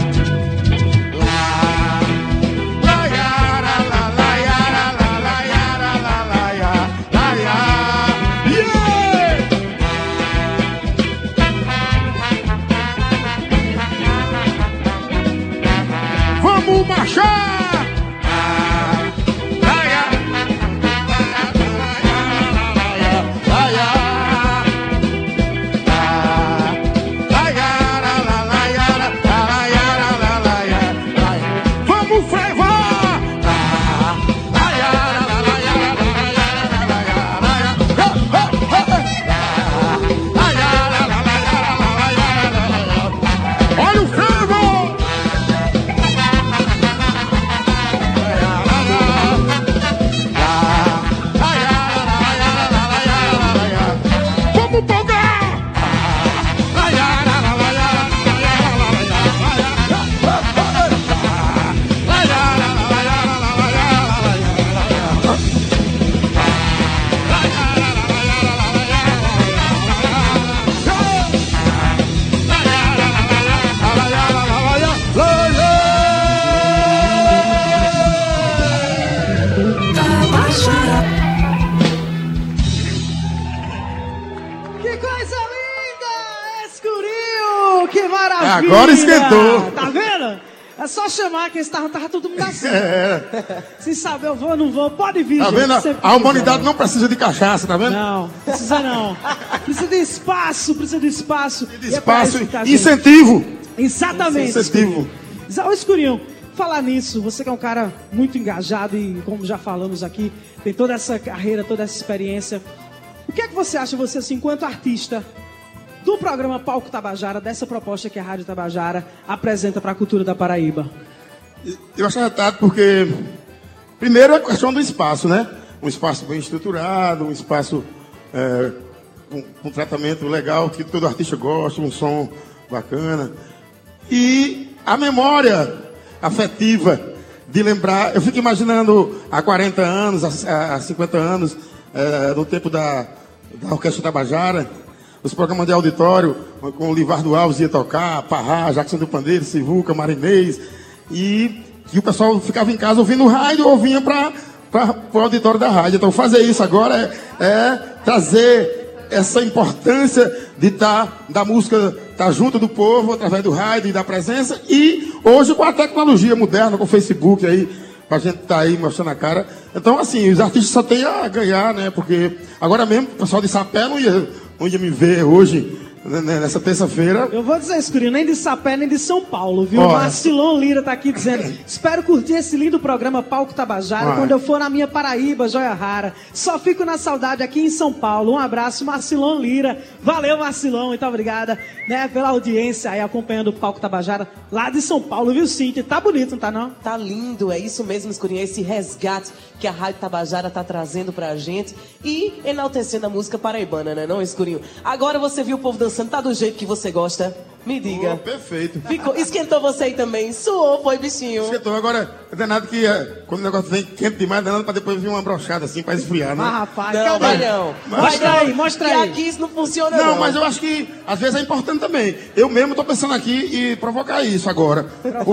La yara, la la yara, la la yara, la la yara, la yara. Yeah! Vamos marchar! Agora esquentou. Tá vendo? É só chamar que eles tava todo mundo assim. Se saber eu vou ou não vou, pode vir. Tá vendo? A humanidade não precisa de cachaça, tá vendo? Não, precisa não. Precisa de espaço, precisa de espaço. De espaço e incentivo. Exatamente. Incentivo. Ô, Escurinho, falar nisso, você que é um cara muito engajado e, como já falamos aqui, tem toda essa carreira, toda essa experiência. O que é que você acha, você, assim, enquanto artista, do programa Palco Tabajara, dessa proposta que a Rádio Tabajara apresenta para a cultura da Paraíba? Eu acho retado porque, primeiro, é a questão do espaço, né? Um espaço bem estruturado, um espaço com um tratamento legal, que todo artista gosta, um som bacana. E a memória afetiva de lembrar. Eu fico imaginando há 40 anos, há 50 anos, no tempo da Orquestra Tabajara, os programas de auditório, com o Livardo Alves ia tocar, Parrá, Jackson do Pandeiro, Sivuca, Marinês, e o pessoal ficava em casa ouvindo rádio ou vinha para o auditório da rádio. Então fazer isso agora é trazer essa importância de da música estar junto do povo, através do rádio e da presença, e hoje com a tecnologia moderna, com o Facebook aí, pra gente estar aí mostrando a cara. Então, assim, os artistas só têm a ganhar, né? Porque agora mesmo o pessoal de Sapé não ia me ver hoje, nessa terça-feira. Eu vou dizer, Escurinho, nem de Sapé, nem de São Paulo, viu? Marcilon Lira tá aqui dizendo: espero curtir esse lindo programa Palco Tabajara quando eu for na minha Paraíba, Joia Rara. Só fico na saudade aqui em São Paulo. Um abraço, Marcilon Lira. Valeu, Marcilon, muito obrigada, né, pela audiência aí, acompanhando o Palco Tabajara lá de São Paulo, viu, Cíntia? Tá bonito, não tá, não? Tá lindo, é isso mesmo, Escurinho, esse resgate que a Rádio Tabajara tá trazendo pra gente e enaltecendo a música paraibana, né, não, Escurinho? Agora você viu o povo dançando, tá do jeito que você gosta? Me diga. Oh, perfeito. Esquentou você aí também? Suou, foi, bichinho? Esquentou. Agora, é danado que quando o negócio vem quente demais, é danado pra depois vir uma brochada assim, pra esfriar, né? Ah, rapaz, não, vai não. Mostra aí. E aqui isso não funciona, não. Não, mas eu acho que às vezes é importante também. Eu mesmo tô pensando aqui e provocar isso agora.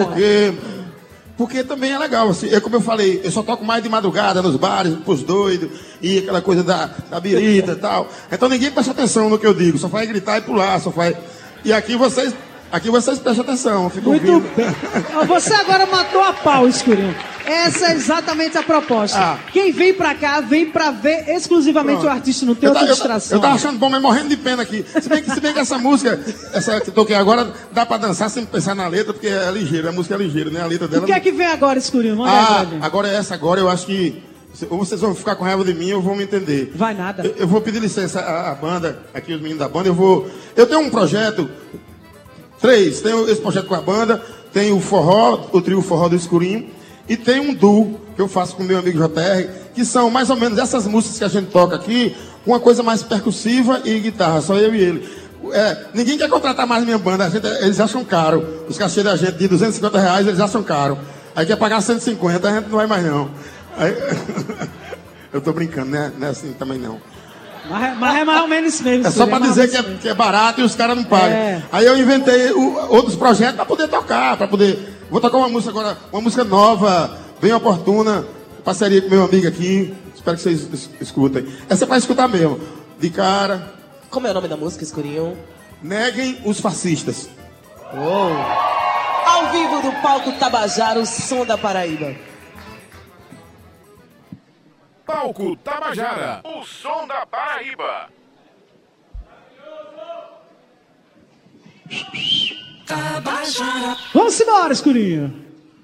Porque também é legal, assim, como eu falei, eu só toco mais de madrugada nos bares, pros doidos, e aquela coisa da birita e tal. Então ninguém presta atenção no que eu digo, só faz gritar e pular, só faz... E aqui vocês Aqui vocês prestam atenção, fica Muito ouvindo. bem. Você agora matou a pau, Escurinho. Essa é exatamente a proposta. Quem vem pra cá, vem pra ver exclusivamente o artista, não tem outra distração. Eu tava achando bom, mas morrendo de pena aqui. Se bem que essa música, essa que eu toquei agora, dá pra dançar sem pensar na letra, porque é ligeira, a música é ligeira, né? A letra dela... O que é que vem agora, Escurinho? Agora é essa, agora eu acho que... Ou vocês vão ficar com raiva de mim, ou vão me entender. Vai nada. Eu vou pedir licença à banda, aqui os meninos da banda, eu tenho um projeto... 3, tem esse projeto com a banda, tem o forró, o trio Forró do Escurinho, e tem um duo que eu faço com o meu amigo JR, que são mais ou menos essas músicas que a gente toca aqui, uma coisa mais percussiva e guitarra, só eu e ele. Ninguém quer contratar mais minha banda, eles acham caro. Os cachês da gente de R$250, eles acham caro. Aí quer pagar 150, a gente não vai mais não. Aí... eu tô brincando, né? Não é assim também não. Mas é mais ou menos isso mesmo. É só pra dizer que é barato e os caras não pagam. Aí eu inventei outros projetos pra poder tocar, Vou tocar uma música agora, uma música nova, bem oportuna, parceria com meu amigo aqui. Espero que vocês escutem. Essa é pra escutar mesmo. De cara. Como é o nome da música, Escurinho? Neguem os fascistas. Uou. Ao vivo do Palco Tabajara, o som da Paraíba. Palco Tabajara, o som da Paraíba. Tabajara. Vamos embora, Escurinho.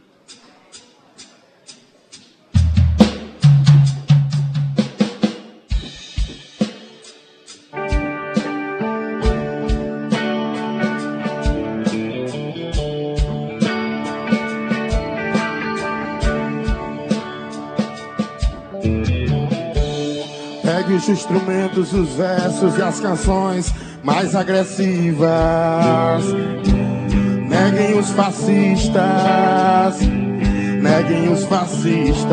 Pegue os instrumentos, os versos e as canções mais agressivas. Neguem os fascistas. Neguem os fascistas.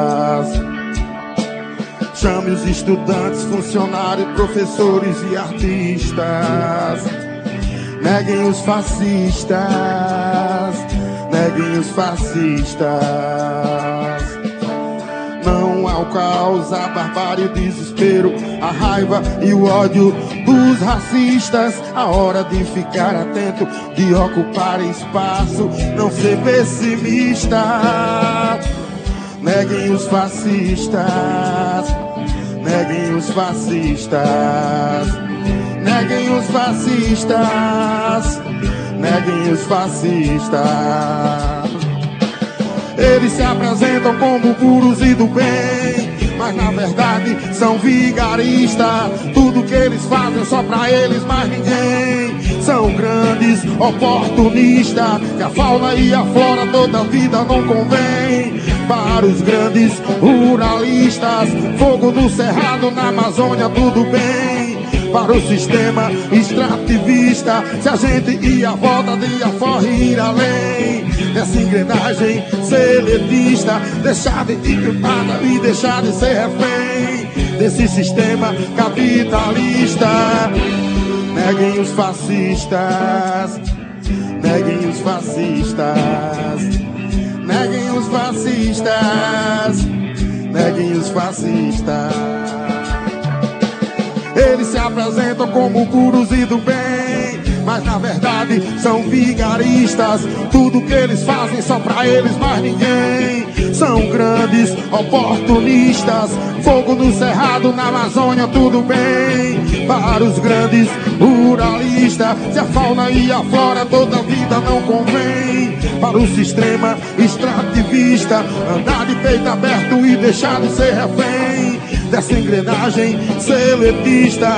Chame os estudantes, funcionários, professores e artistas. Neguem os fascistas. Neguem os fascistas. Não há o caos, a barbárie, o desespero, a raiva e o ódio dos racistas. A hora de ficar atento, de ocupar espaço, não ser pessimista. Neguem os fascistas. Neguem os fascistas. Neguem os fascistas. Neguem os fascistas. Eles se apresentam como puros e do bem, mas na verdade são vigaristas. Tudo que eles fazem só pra eles, mais ninguém. São grandes oportunistas, que a fauna e a flora toda a vida não convém. Para os grandes ruralistas, fogo no cerrado, na Amazônia tudo bem. Para o sistema extrativista, se a gente ir à volta de afora e ir além dessa engrenagem seletista, deixar de ir cantada e deixar de ser refém desse sistema capitalista. Neguem os fascistas. Neguem os fascistas. Neguem os fascistas. Neguem os fascistas. Eles se apresentam como puros e do bem, mas na verdade são vigaristas. Tudo que eles fazem só pra eles, mais ninguém. São grandes oportunistas, fogo no cerrado, na Amazônia tudo bem. Para os grandes ruralistas, se a fauna e a flora toda a vida não convém. Para o sistema extrativista, andar de peito aberto e deixar de ser refém dessa engrenagem seletista.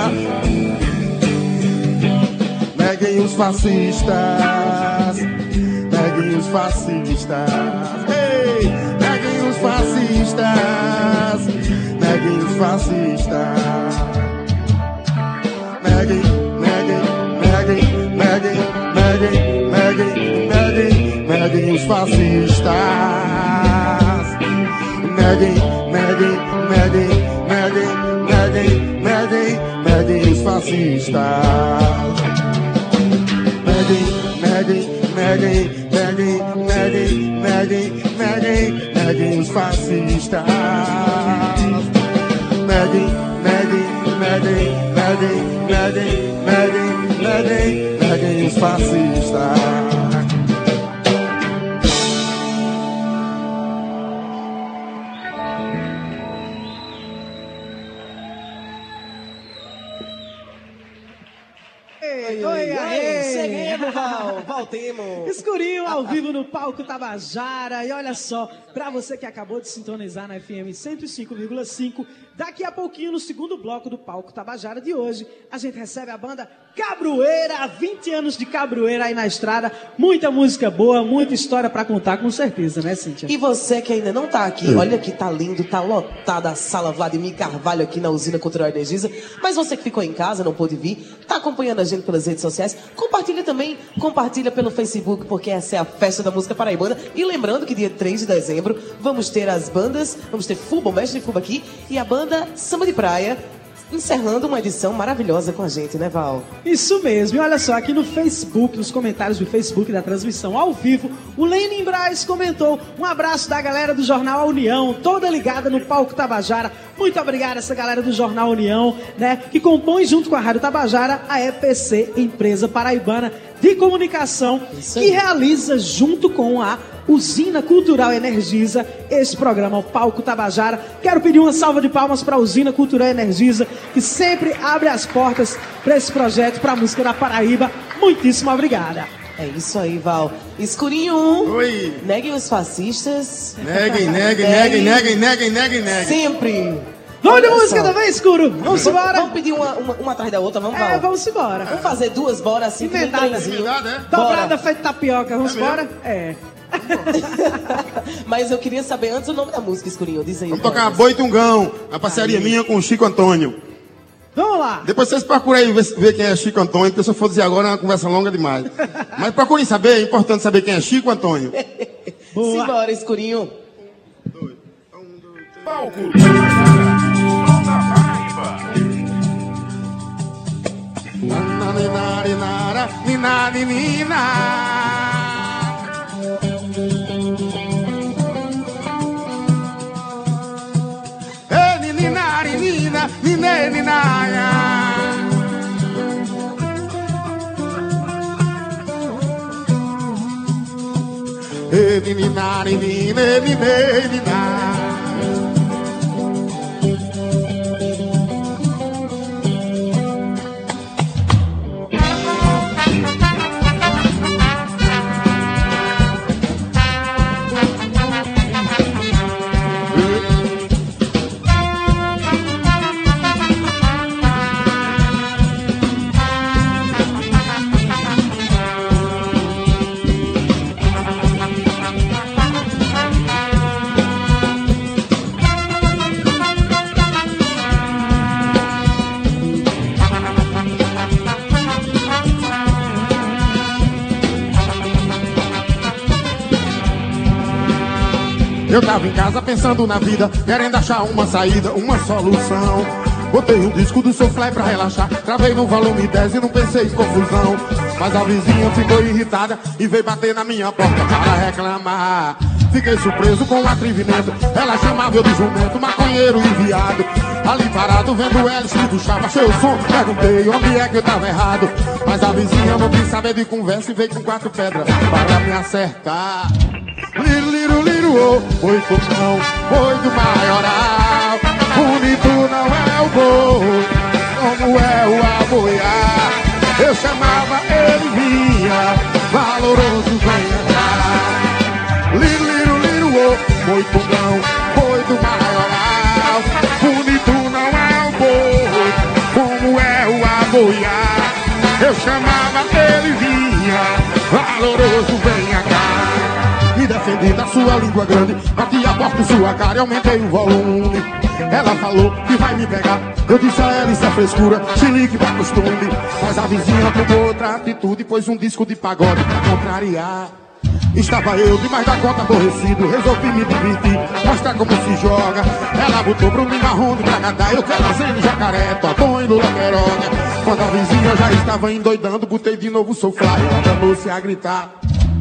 Neguem os fascistas. Neguem os fascistas. Ei! Neguem os fascistas. Neguem os fascistas. Neguem, neguem, neguem, neguem, neguem, neguem, neguem, neguem os fascistas. Neguem, neguem, neguem, neguem, neguem, neguem, neguem os fascistas. Neguem, neguem, neguem, neguem, neguem, neguem, neguem, neguem os fascistas. Neguem, neguem, neguem, neguem, neguem, neguem, neguem, neguem os fascistas. Cheguemos, Val. Voltemos. Escurinho ao vivo no Palco Tabajara. E olha só, pra você que acabou de sintonizar na FM 105,5, daqui a pouquinho, no segundo bloco do Palco Tabajara de hoje, a gente recebe a banda Cabroeira. 20 anos de Cabroeira aí na estrada. Muita música boa, muita história pra contar, com certeza, né, Cíntia? E você que ainda não tá aqui, olha que tá lindo, tá lotada a sala Vladimir Carvalho aqui na Usina Cultural Energisa. Mas você que ficou em casa, não pôde vir, tá acompanhando a gente pelas redes sociais, compartilha também, compartilha pelo Facebook, porque essa é a festa da música paraibana. E lembrando que dia 3 de dezembro vamos ter as bandas, vamos ter Fuba, o mestre de Fuba aqui, e a banda Samba de Praia, encerrando uma edição maravilhosa com a gente, né, Val? Isso mesmo. E olha só, aqui no Facebook, nos comentários do Facebook da transmissão ao vivo, o Lenin Braz comentou: um abraço da galera do Jornal A União, toda ligada no Palco Tabajara. Muito obrigado a essa galera do Jornal União, né, que compõe junto com a Rádio Tabajara a EPC, Empresa Paraibana de Comunicação, que realiza junto com a Usina Cultural Energisa esse programa, o Palco Tabajara. Quero pedir uma salva de palmas para a Usina Cultural Energisa, que sempre abre as portas para esse projeto, para a música da Paraíba. Muitíssimo obrigada. É isso aí, Val. Escurinho. Oi. Neguem os fascistas. Neguem. Sempre. Vamos de música também, Escuro? Vamos embora? Vamos pedir uma atrás da outra, vamos, Val? Vamos embora. Vamos fazer duas, bora assim, que nem Inventada. trenzinho. Dobrada feita tapioca, vamos embora? É. Mas eu queria saber antes o nome da música, Escurinho. Diz aí. Vamos tocar Boi Tungão, a parceria minha com o Chico Antônio. Vamos lá. Depois vocês procurem aí ver quem é Chico Antônio, porque se eu for dizer agora é uma conversa longa demais. Mas procurem saber, é importante saber quem é Chico Antônio. Boa. Simbora, Escurinho. Palco Tabajara, som da Paraíba. Eu tava em casa pensando na vida, querendo achar uma saída, uma solução. Botei um disco do Soulfly pra relaxar, travei no volume 10 e não pensei em confusão. Mas a vizinha ficou irritada e veio bater na minha porta para reclamar. Fiquei surpreso com o atrevimento, ela chamava eu de jumento, maconheiro e viado. Ali parado vendo ela escrito chá, baixei o som, perguntei onde é que eu tava errado. Mas a vizinha não quis saber de conversa e veio com 4 pedras para me acertar. Liru, oh, oi tocão, oi do maioral. Bonito não é o boi, como é o aboiar. Eu chamava, ele vinha, valoroso vem cá. Liru, oh, oi tocão, oi do maioral. Bonito não é o boi, como é o aboiar. Eu chamava, ele vinha, valoroso vem cá. Me defendi da sua língua grande, bati a porta em sua cara e aumentei o volume. Ela falou que vai me pegar, eu disse a ela, isso é frescura, se ligue pra costume. Mas a vizinha tomou outra atitude, pôs um disco de pagode pra contrariar. Estava eu demais da conta aborrecido, resolvi me divertir, mostrar como se joga. Ela botou pro Marrom de Bragadá, eu quero Zene, Jacaré, Totão e Lula Queiroga. Quando a vizinha já estava endoidando, botei de novo o Soulfly, ela danou-se a gritar.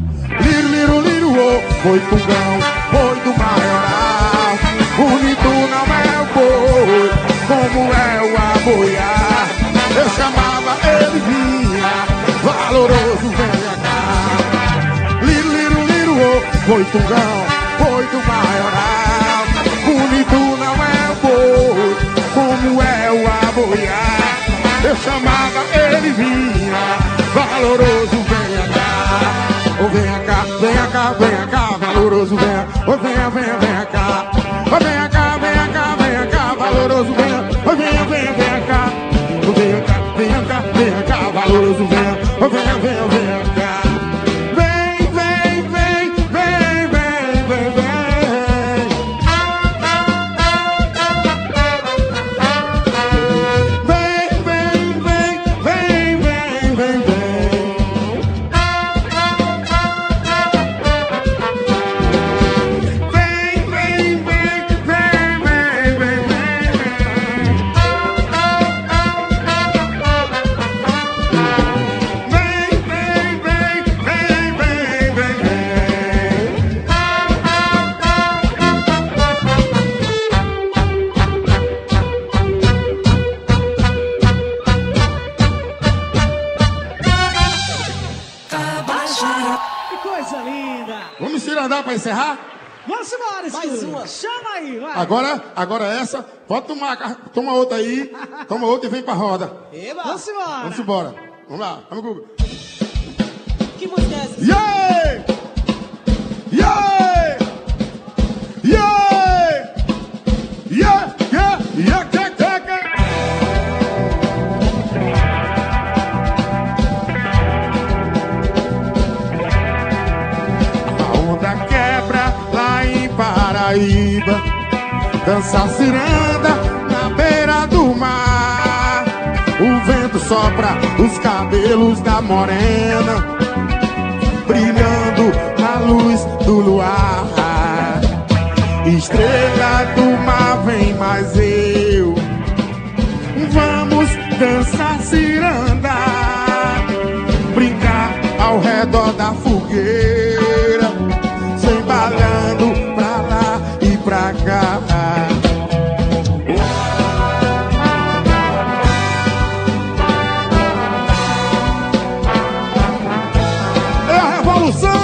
Liru, oh, oi tungão, oi do maioral. Bonito não é o boi, como é o aboiar. Eu chamava, ele vinha, valoroso, venha cá. Liru, liru, oh, foi Tungão, foi do maioral. Bonito não é o boi, como é o aboiar. Eu chamava, ele vinha, valoroso, venha cá. Oh, venha cá, venha cá, venha cá, valoroso, venha. Oh, venha, venha, venha cá. Oh, venha cá, venha cá, venha cá, valoroso, venha. Oh, venha, venha, venha cá. Oh, venha cá, venha cá, venha cá, valoroso, venha. Oh, venha, venha, venha cá. Vem, vem, vem, vem, vem, vem, vem. Pra encerrar? Vamos embora, Escuro. Mais uma. Chama aí, vai. Agora essa. Pode tomar, toma outra aí. Toma outra e vem pra roda. Eba. Vamos embora. Vamos embora. Vamos lá. Vamos, Google. Que música é essa? Yeah! Yeah! Yeah! Yeah! Yeah! Yeah! Paraíba, dança ciranda na beira do mar. O vento sopra os cabelos da morena, brilhando na luz do luar. Estrela do mar, vem mais eu. Vamos dançar ciranda, brincar ao redor da fogueira, se embalando pra lá e pra cá. É a revolução.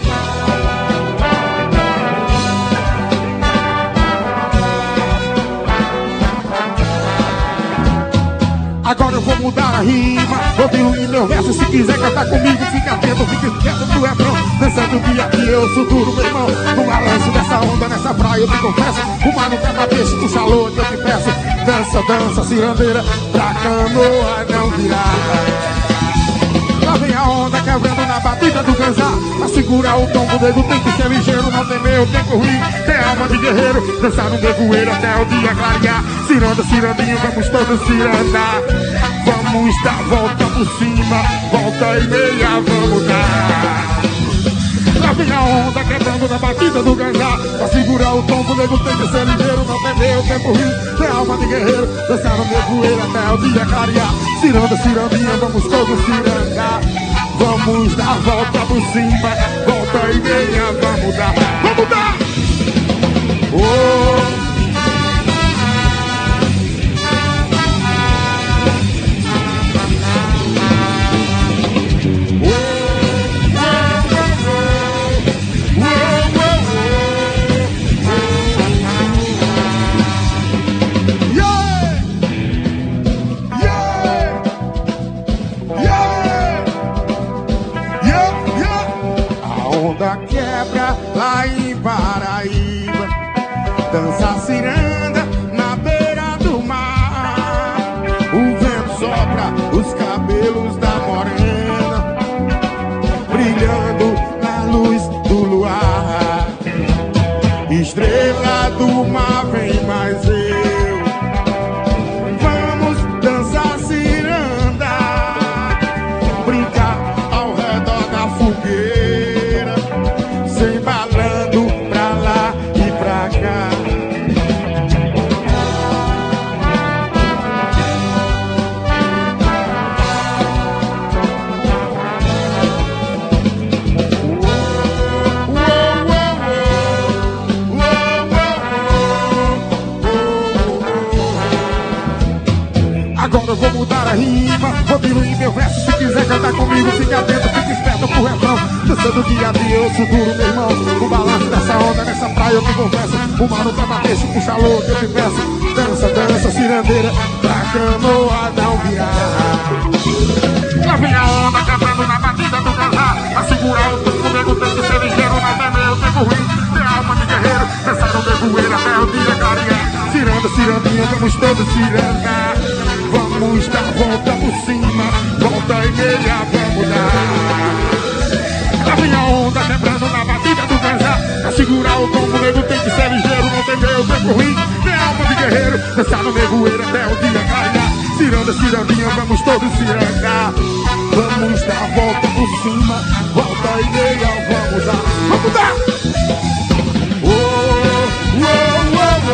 Agora eu vou mudar a rima, vou diluir meu verso. Se quiser cantar comigo, fica atento, fica quieto do refrão. Dançando o dia que eu sou duro, meu irmão. No balanço dessa onda, nessa praia eu te confesso. O mar no quebra-peixe, puxa a lua que eu te peço. Dança, dança, cirandeira, pra canoa não virar. Lá vem a onda quebrando na batida do ganzá. Pra segurar o tombo, o nego tem que ser ligeiro. Não tem meio tempo ruim, tem alma de guerreiro. Dançar no nevoeiro até o dia clarear. Ciranda, cirandinho, vamos todos cirandar. Vamos dar volta por cima, volta e meia, vamos dar. Lá vem a onda quebrando na batida do ganzá. Pra segurar o tombo, o nego tem que ser ligeiro. Não tem meio tempo ruim, tem alma de guerreiro. Dançar no nevoeiro até o dia clarear. Ciranda, cirandinha, vamos todos cirandar. Vamos dar volta por cima, volta e meia, vamos dar. Vamos dar! Oh! Quebra lá em Paraíba, dança ciranda na beira do mar. O vento sopra os cabelos da morena, brilhando na luz do luar. Estrela do mar, vem mais eu. Vamos dançar ciranda, brincar ao redor da fogueira, se embalando pra lá e pra cá. comigo, fica atento, fica esperto pro refrão. Dançando dia a dia, eu seguro meu irmão. O balanço dessa onda, nessa praia eu te confesso. O mano pra bater, se puxa louco, eu te peço. Dança, dança, cirandeira, pra canoa não virar. Lá vem a onda, cantando na batida do casar. A segurar o tempo comigo, tem que ser ligeiro, não tem meio tempo ruim. Tem alma de guerreiro, dançaram de poeira até o dia clarear. Ciranda, cirandinha, vamos todos cirandar. Vamos dar volta por cima, volta e meia, vamos dar. Lá vem a onda, quebrando na batida do casar. A segurar o tom comigo, tem que ser ligeiro, não tem meio tempo ruim. Tem alma de guerreiro, dançar no nevoeiro até o dia clarear. Ciranda, cirandinha, vamos todos cirandar. Vamos dar volta por cima, volta e meia, vamos dar. Vamos dar! Oh, oh, oh, oh.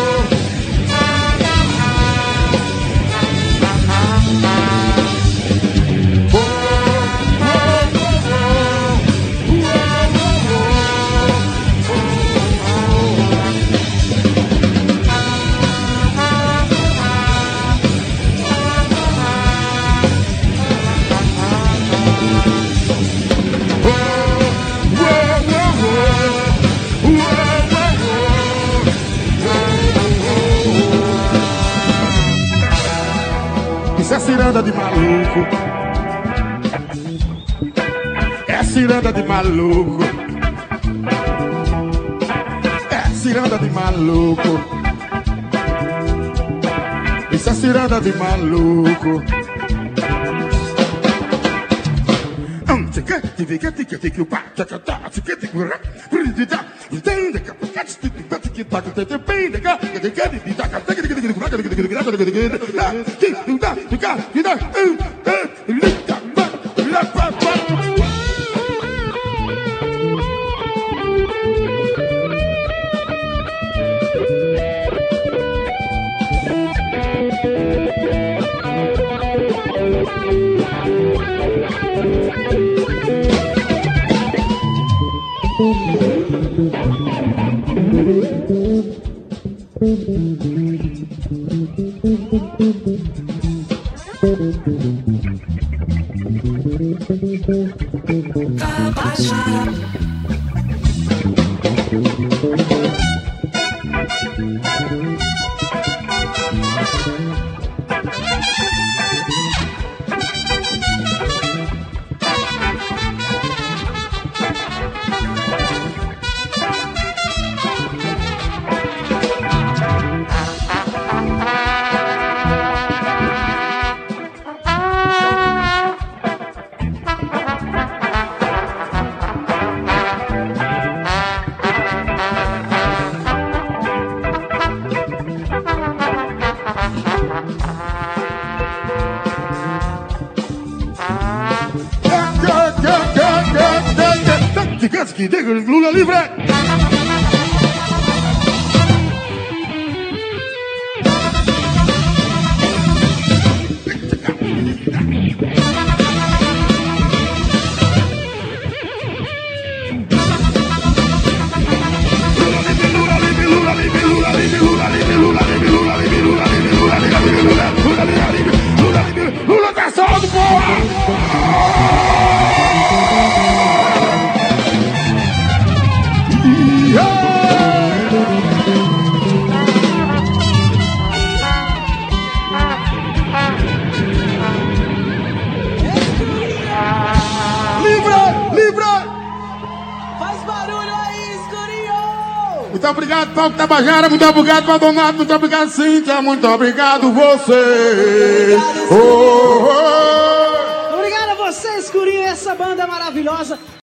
Isso é ciranda de maluco. É ciranda de maluco. É ciranda de maluco. Isso é ciranda de maluco. Lula livre! Lula tá solto, porra! Muito obrigado, Palco Tabajara, muito obrigado, Maldonado, muito obrigado, Cíntia, muito obrigado, você. Obrigado a você, Escurinho, essa banda maravilhosa.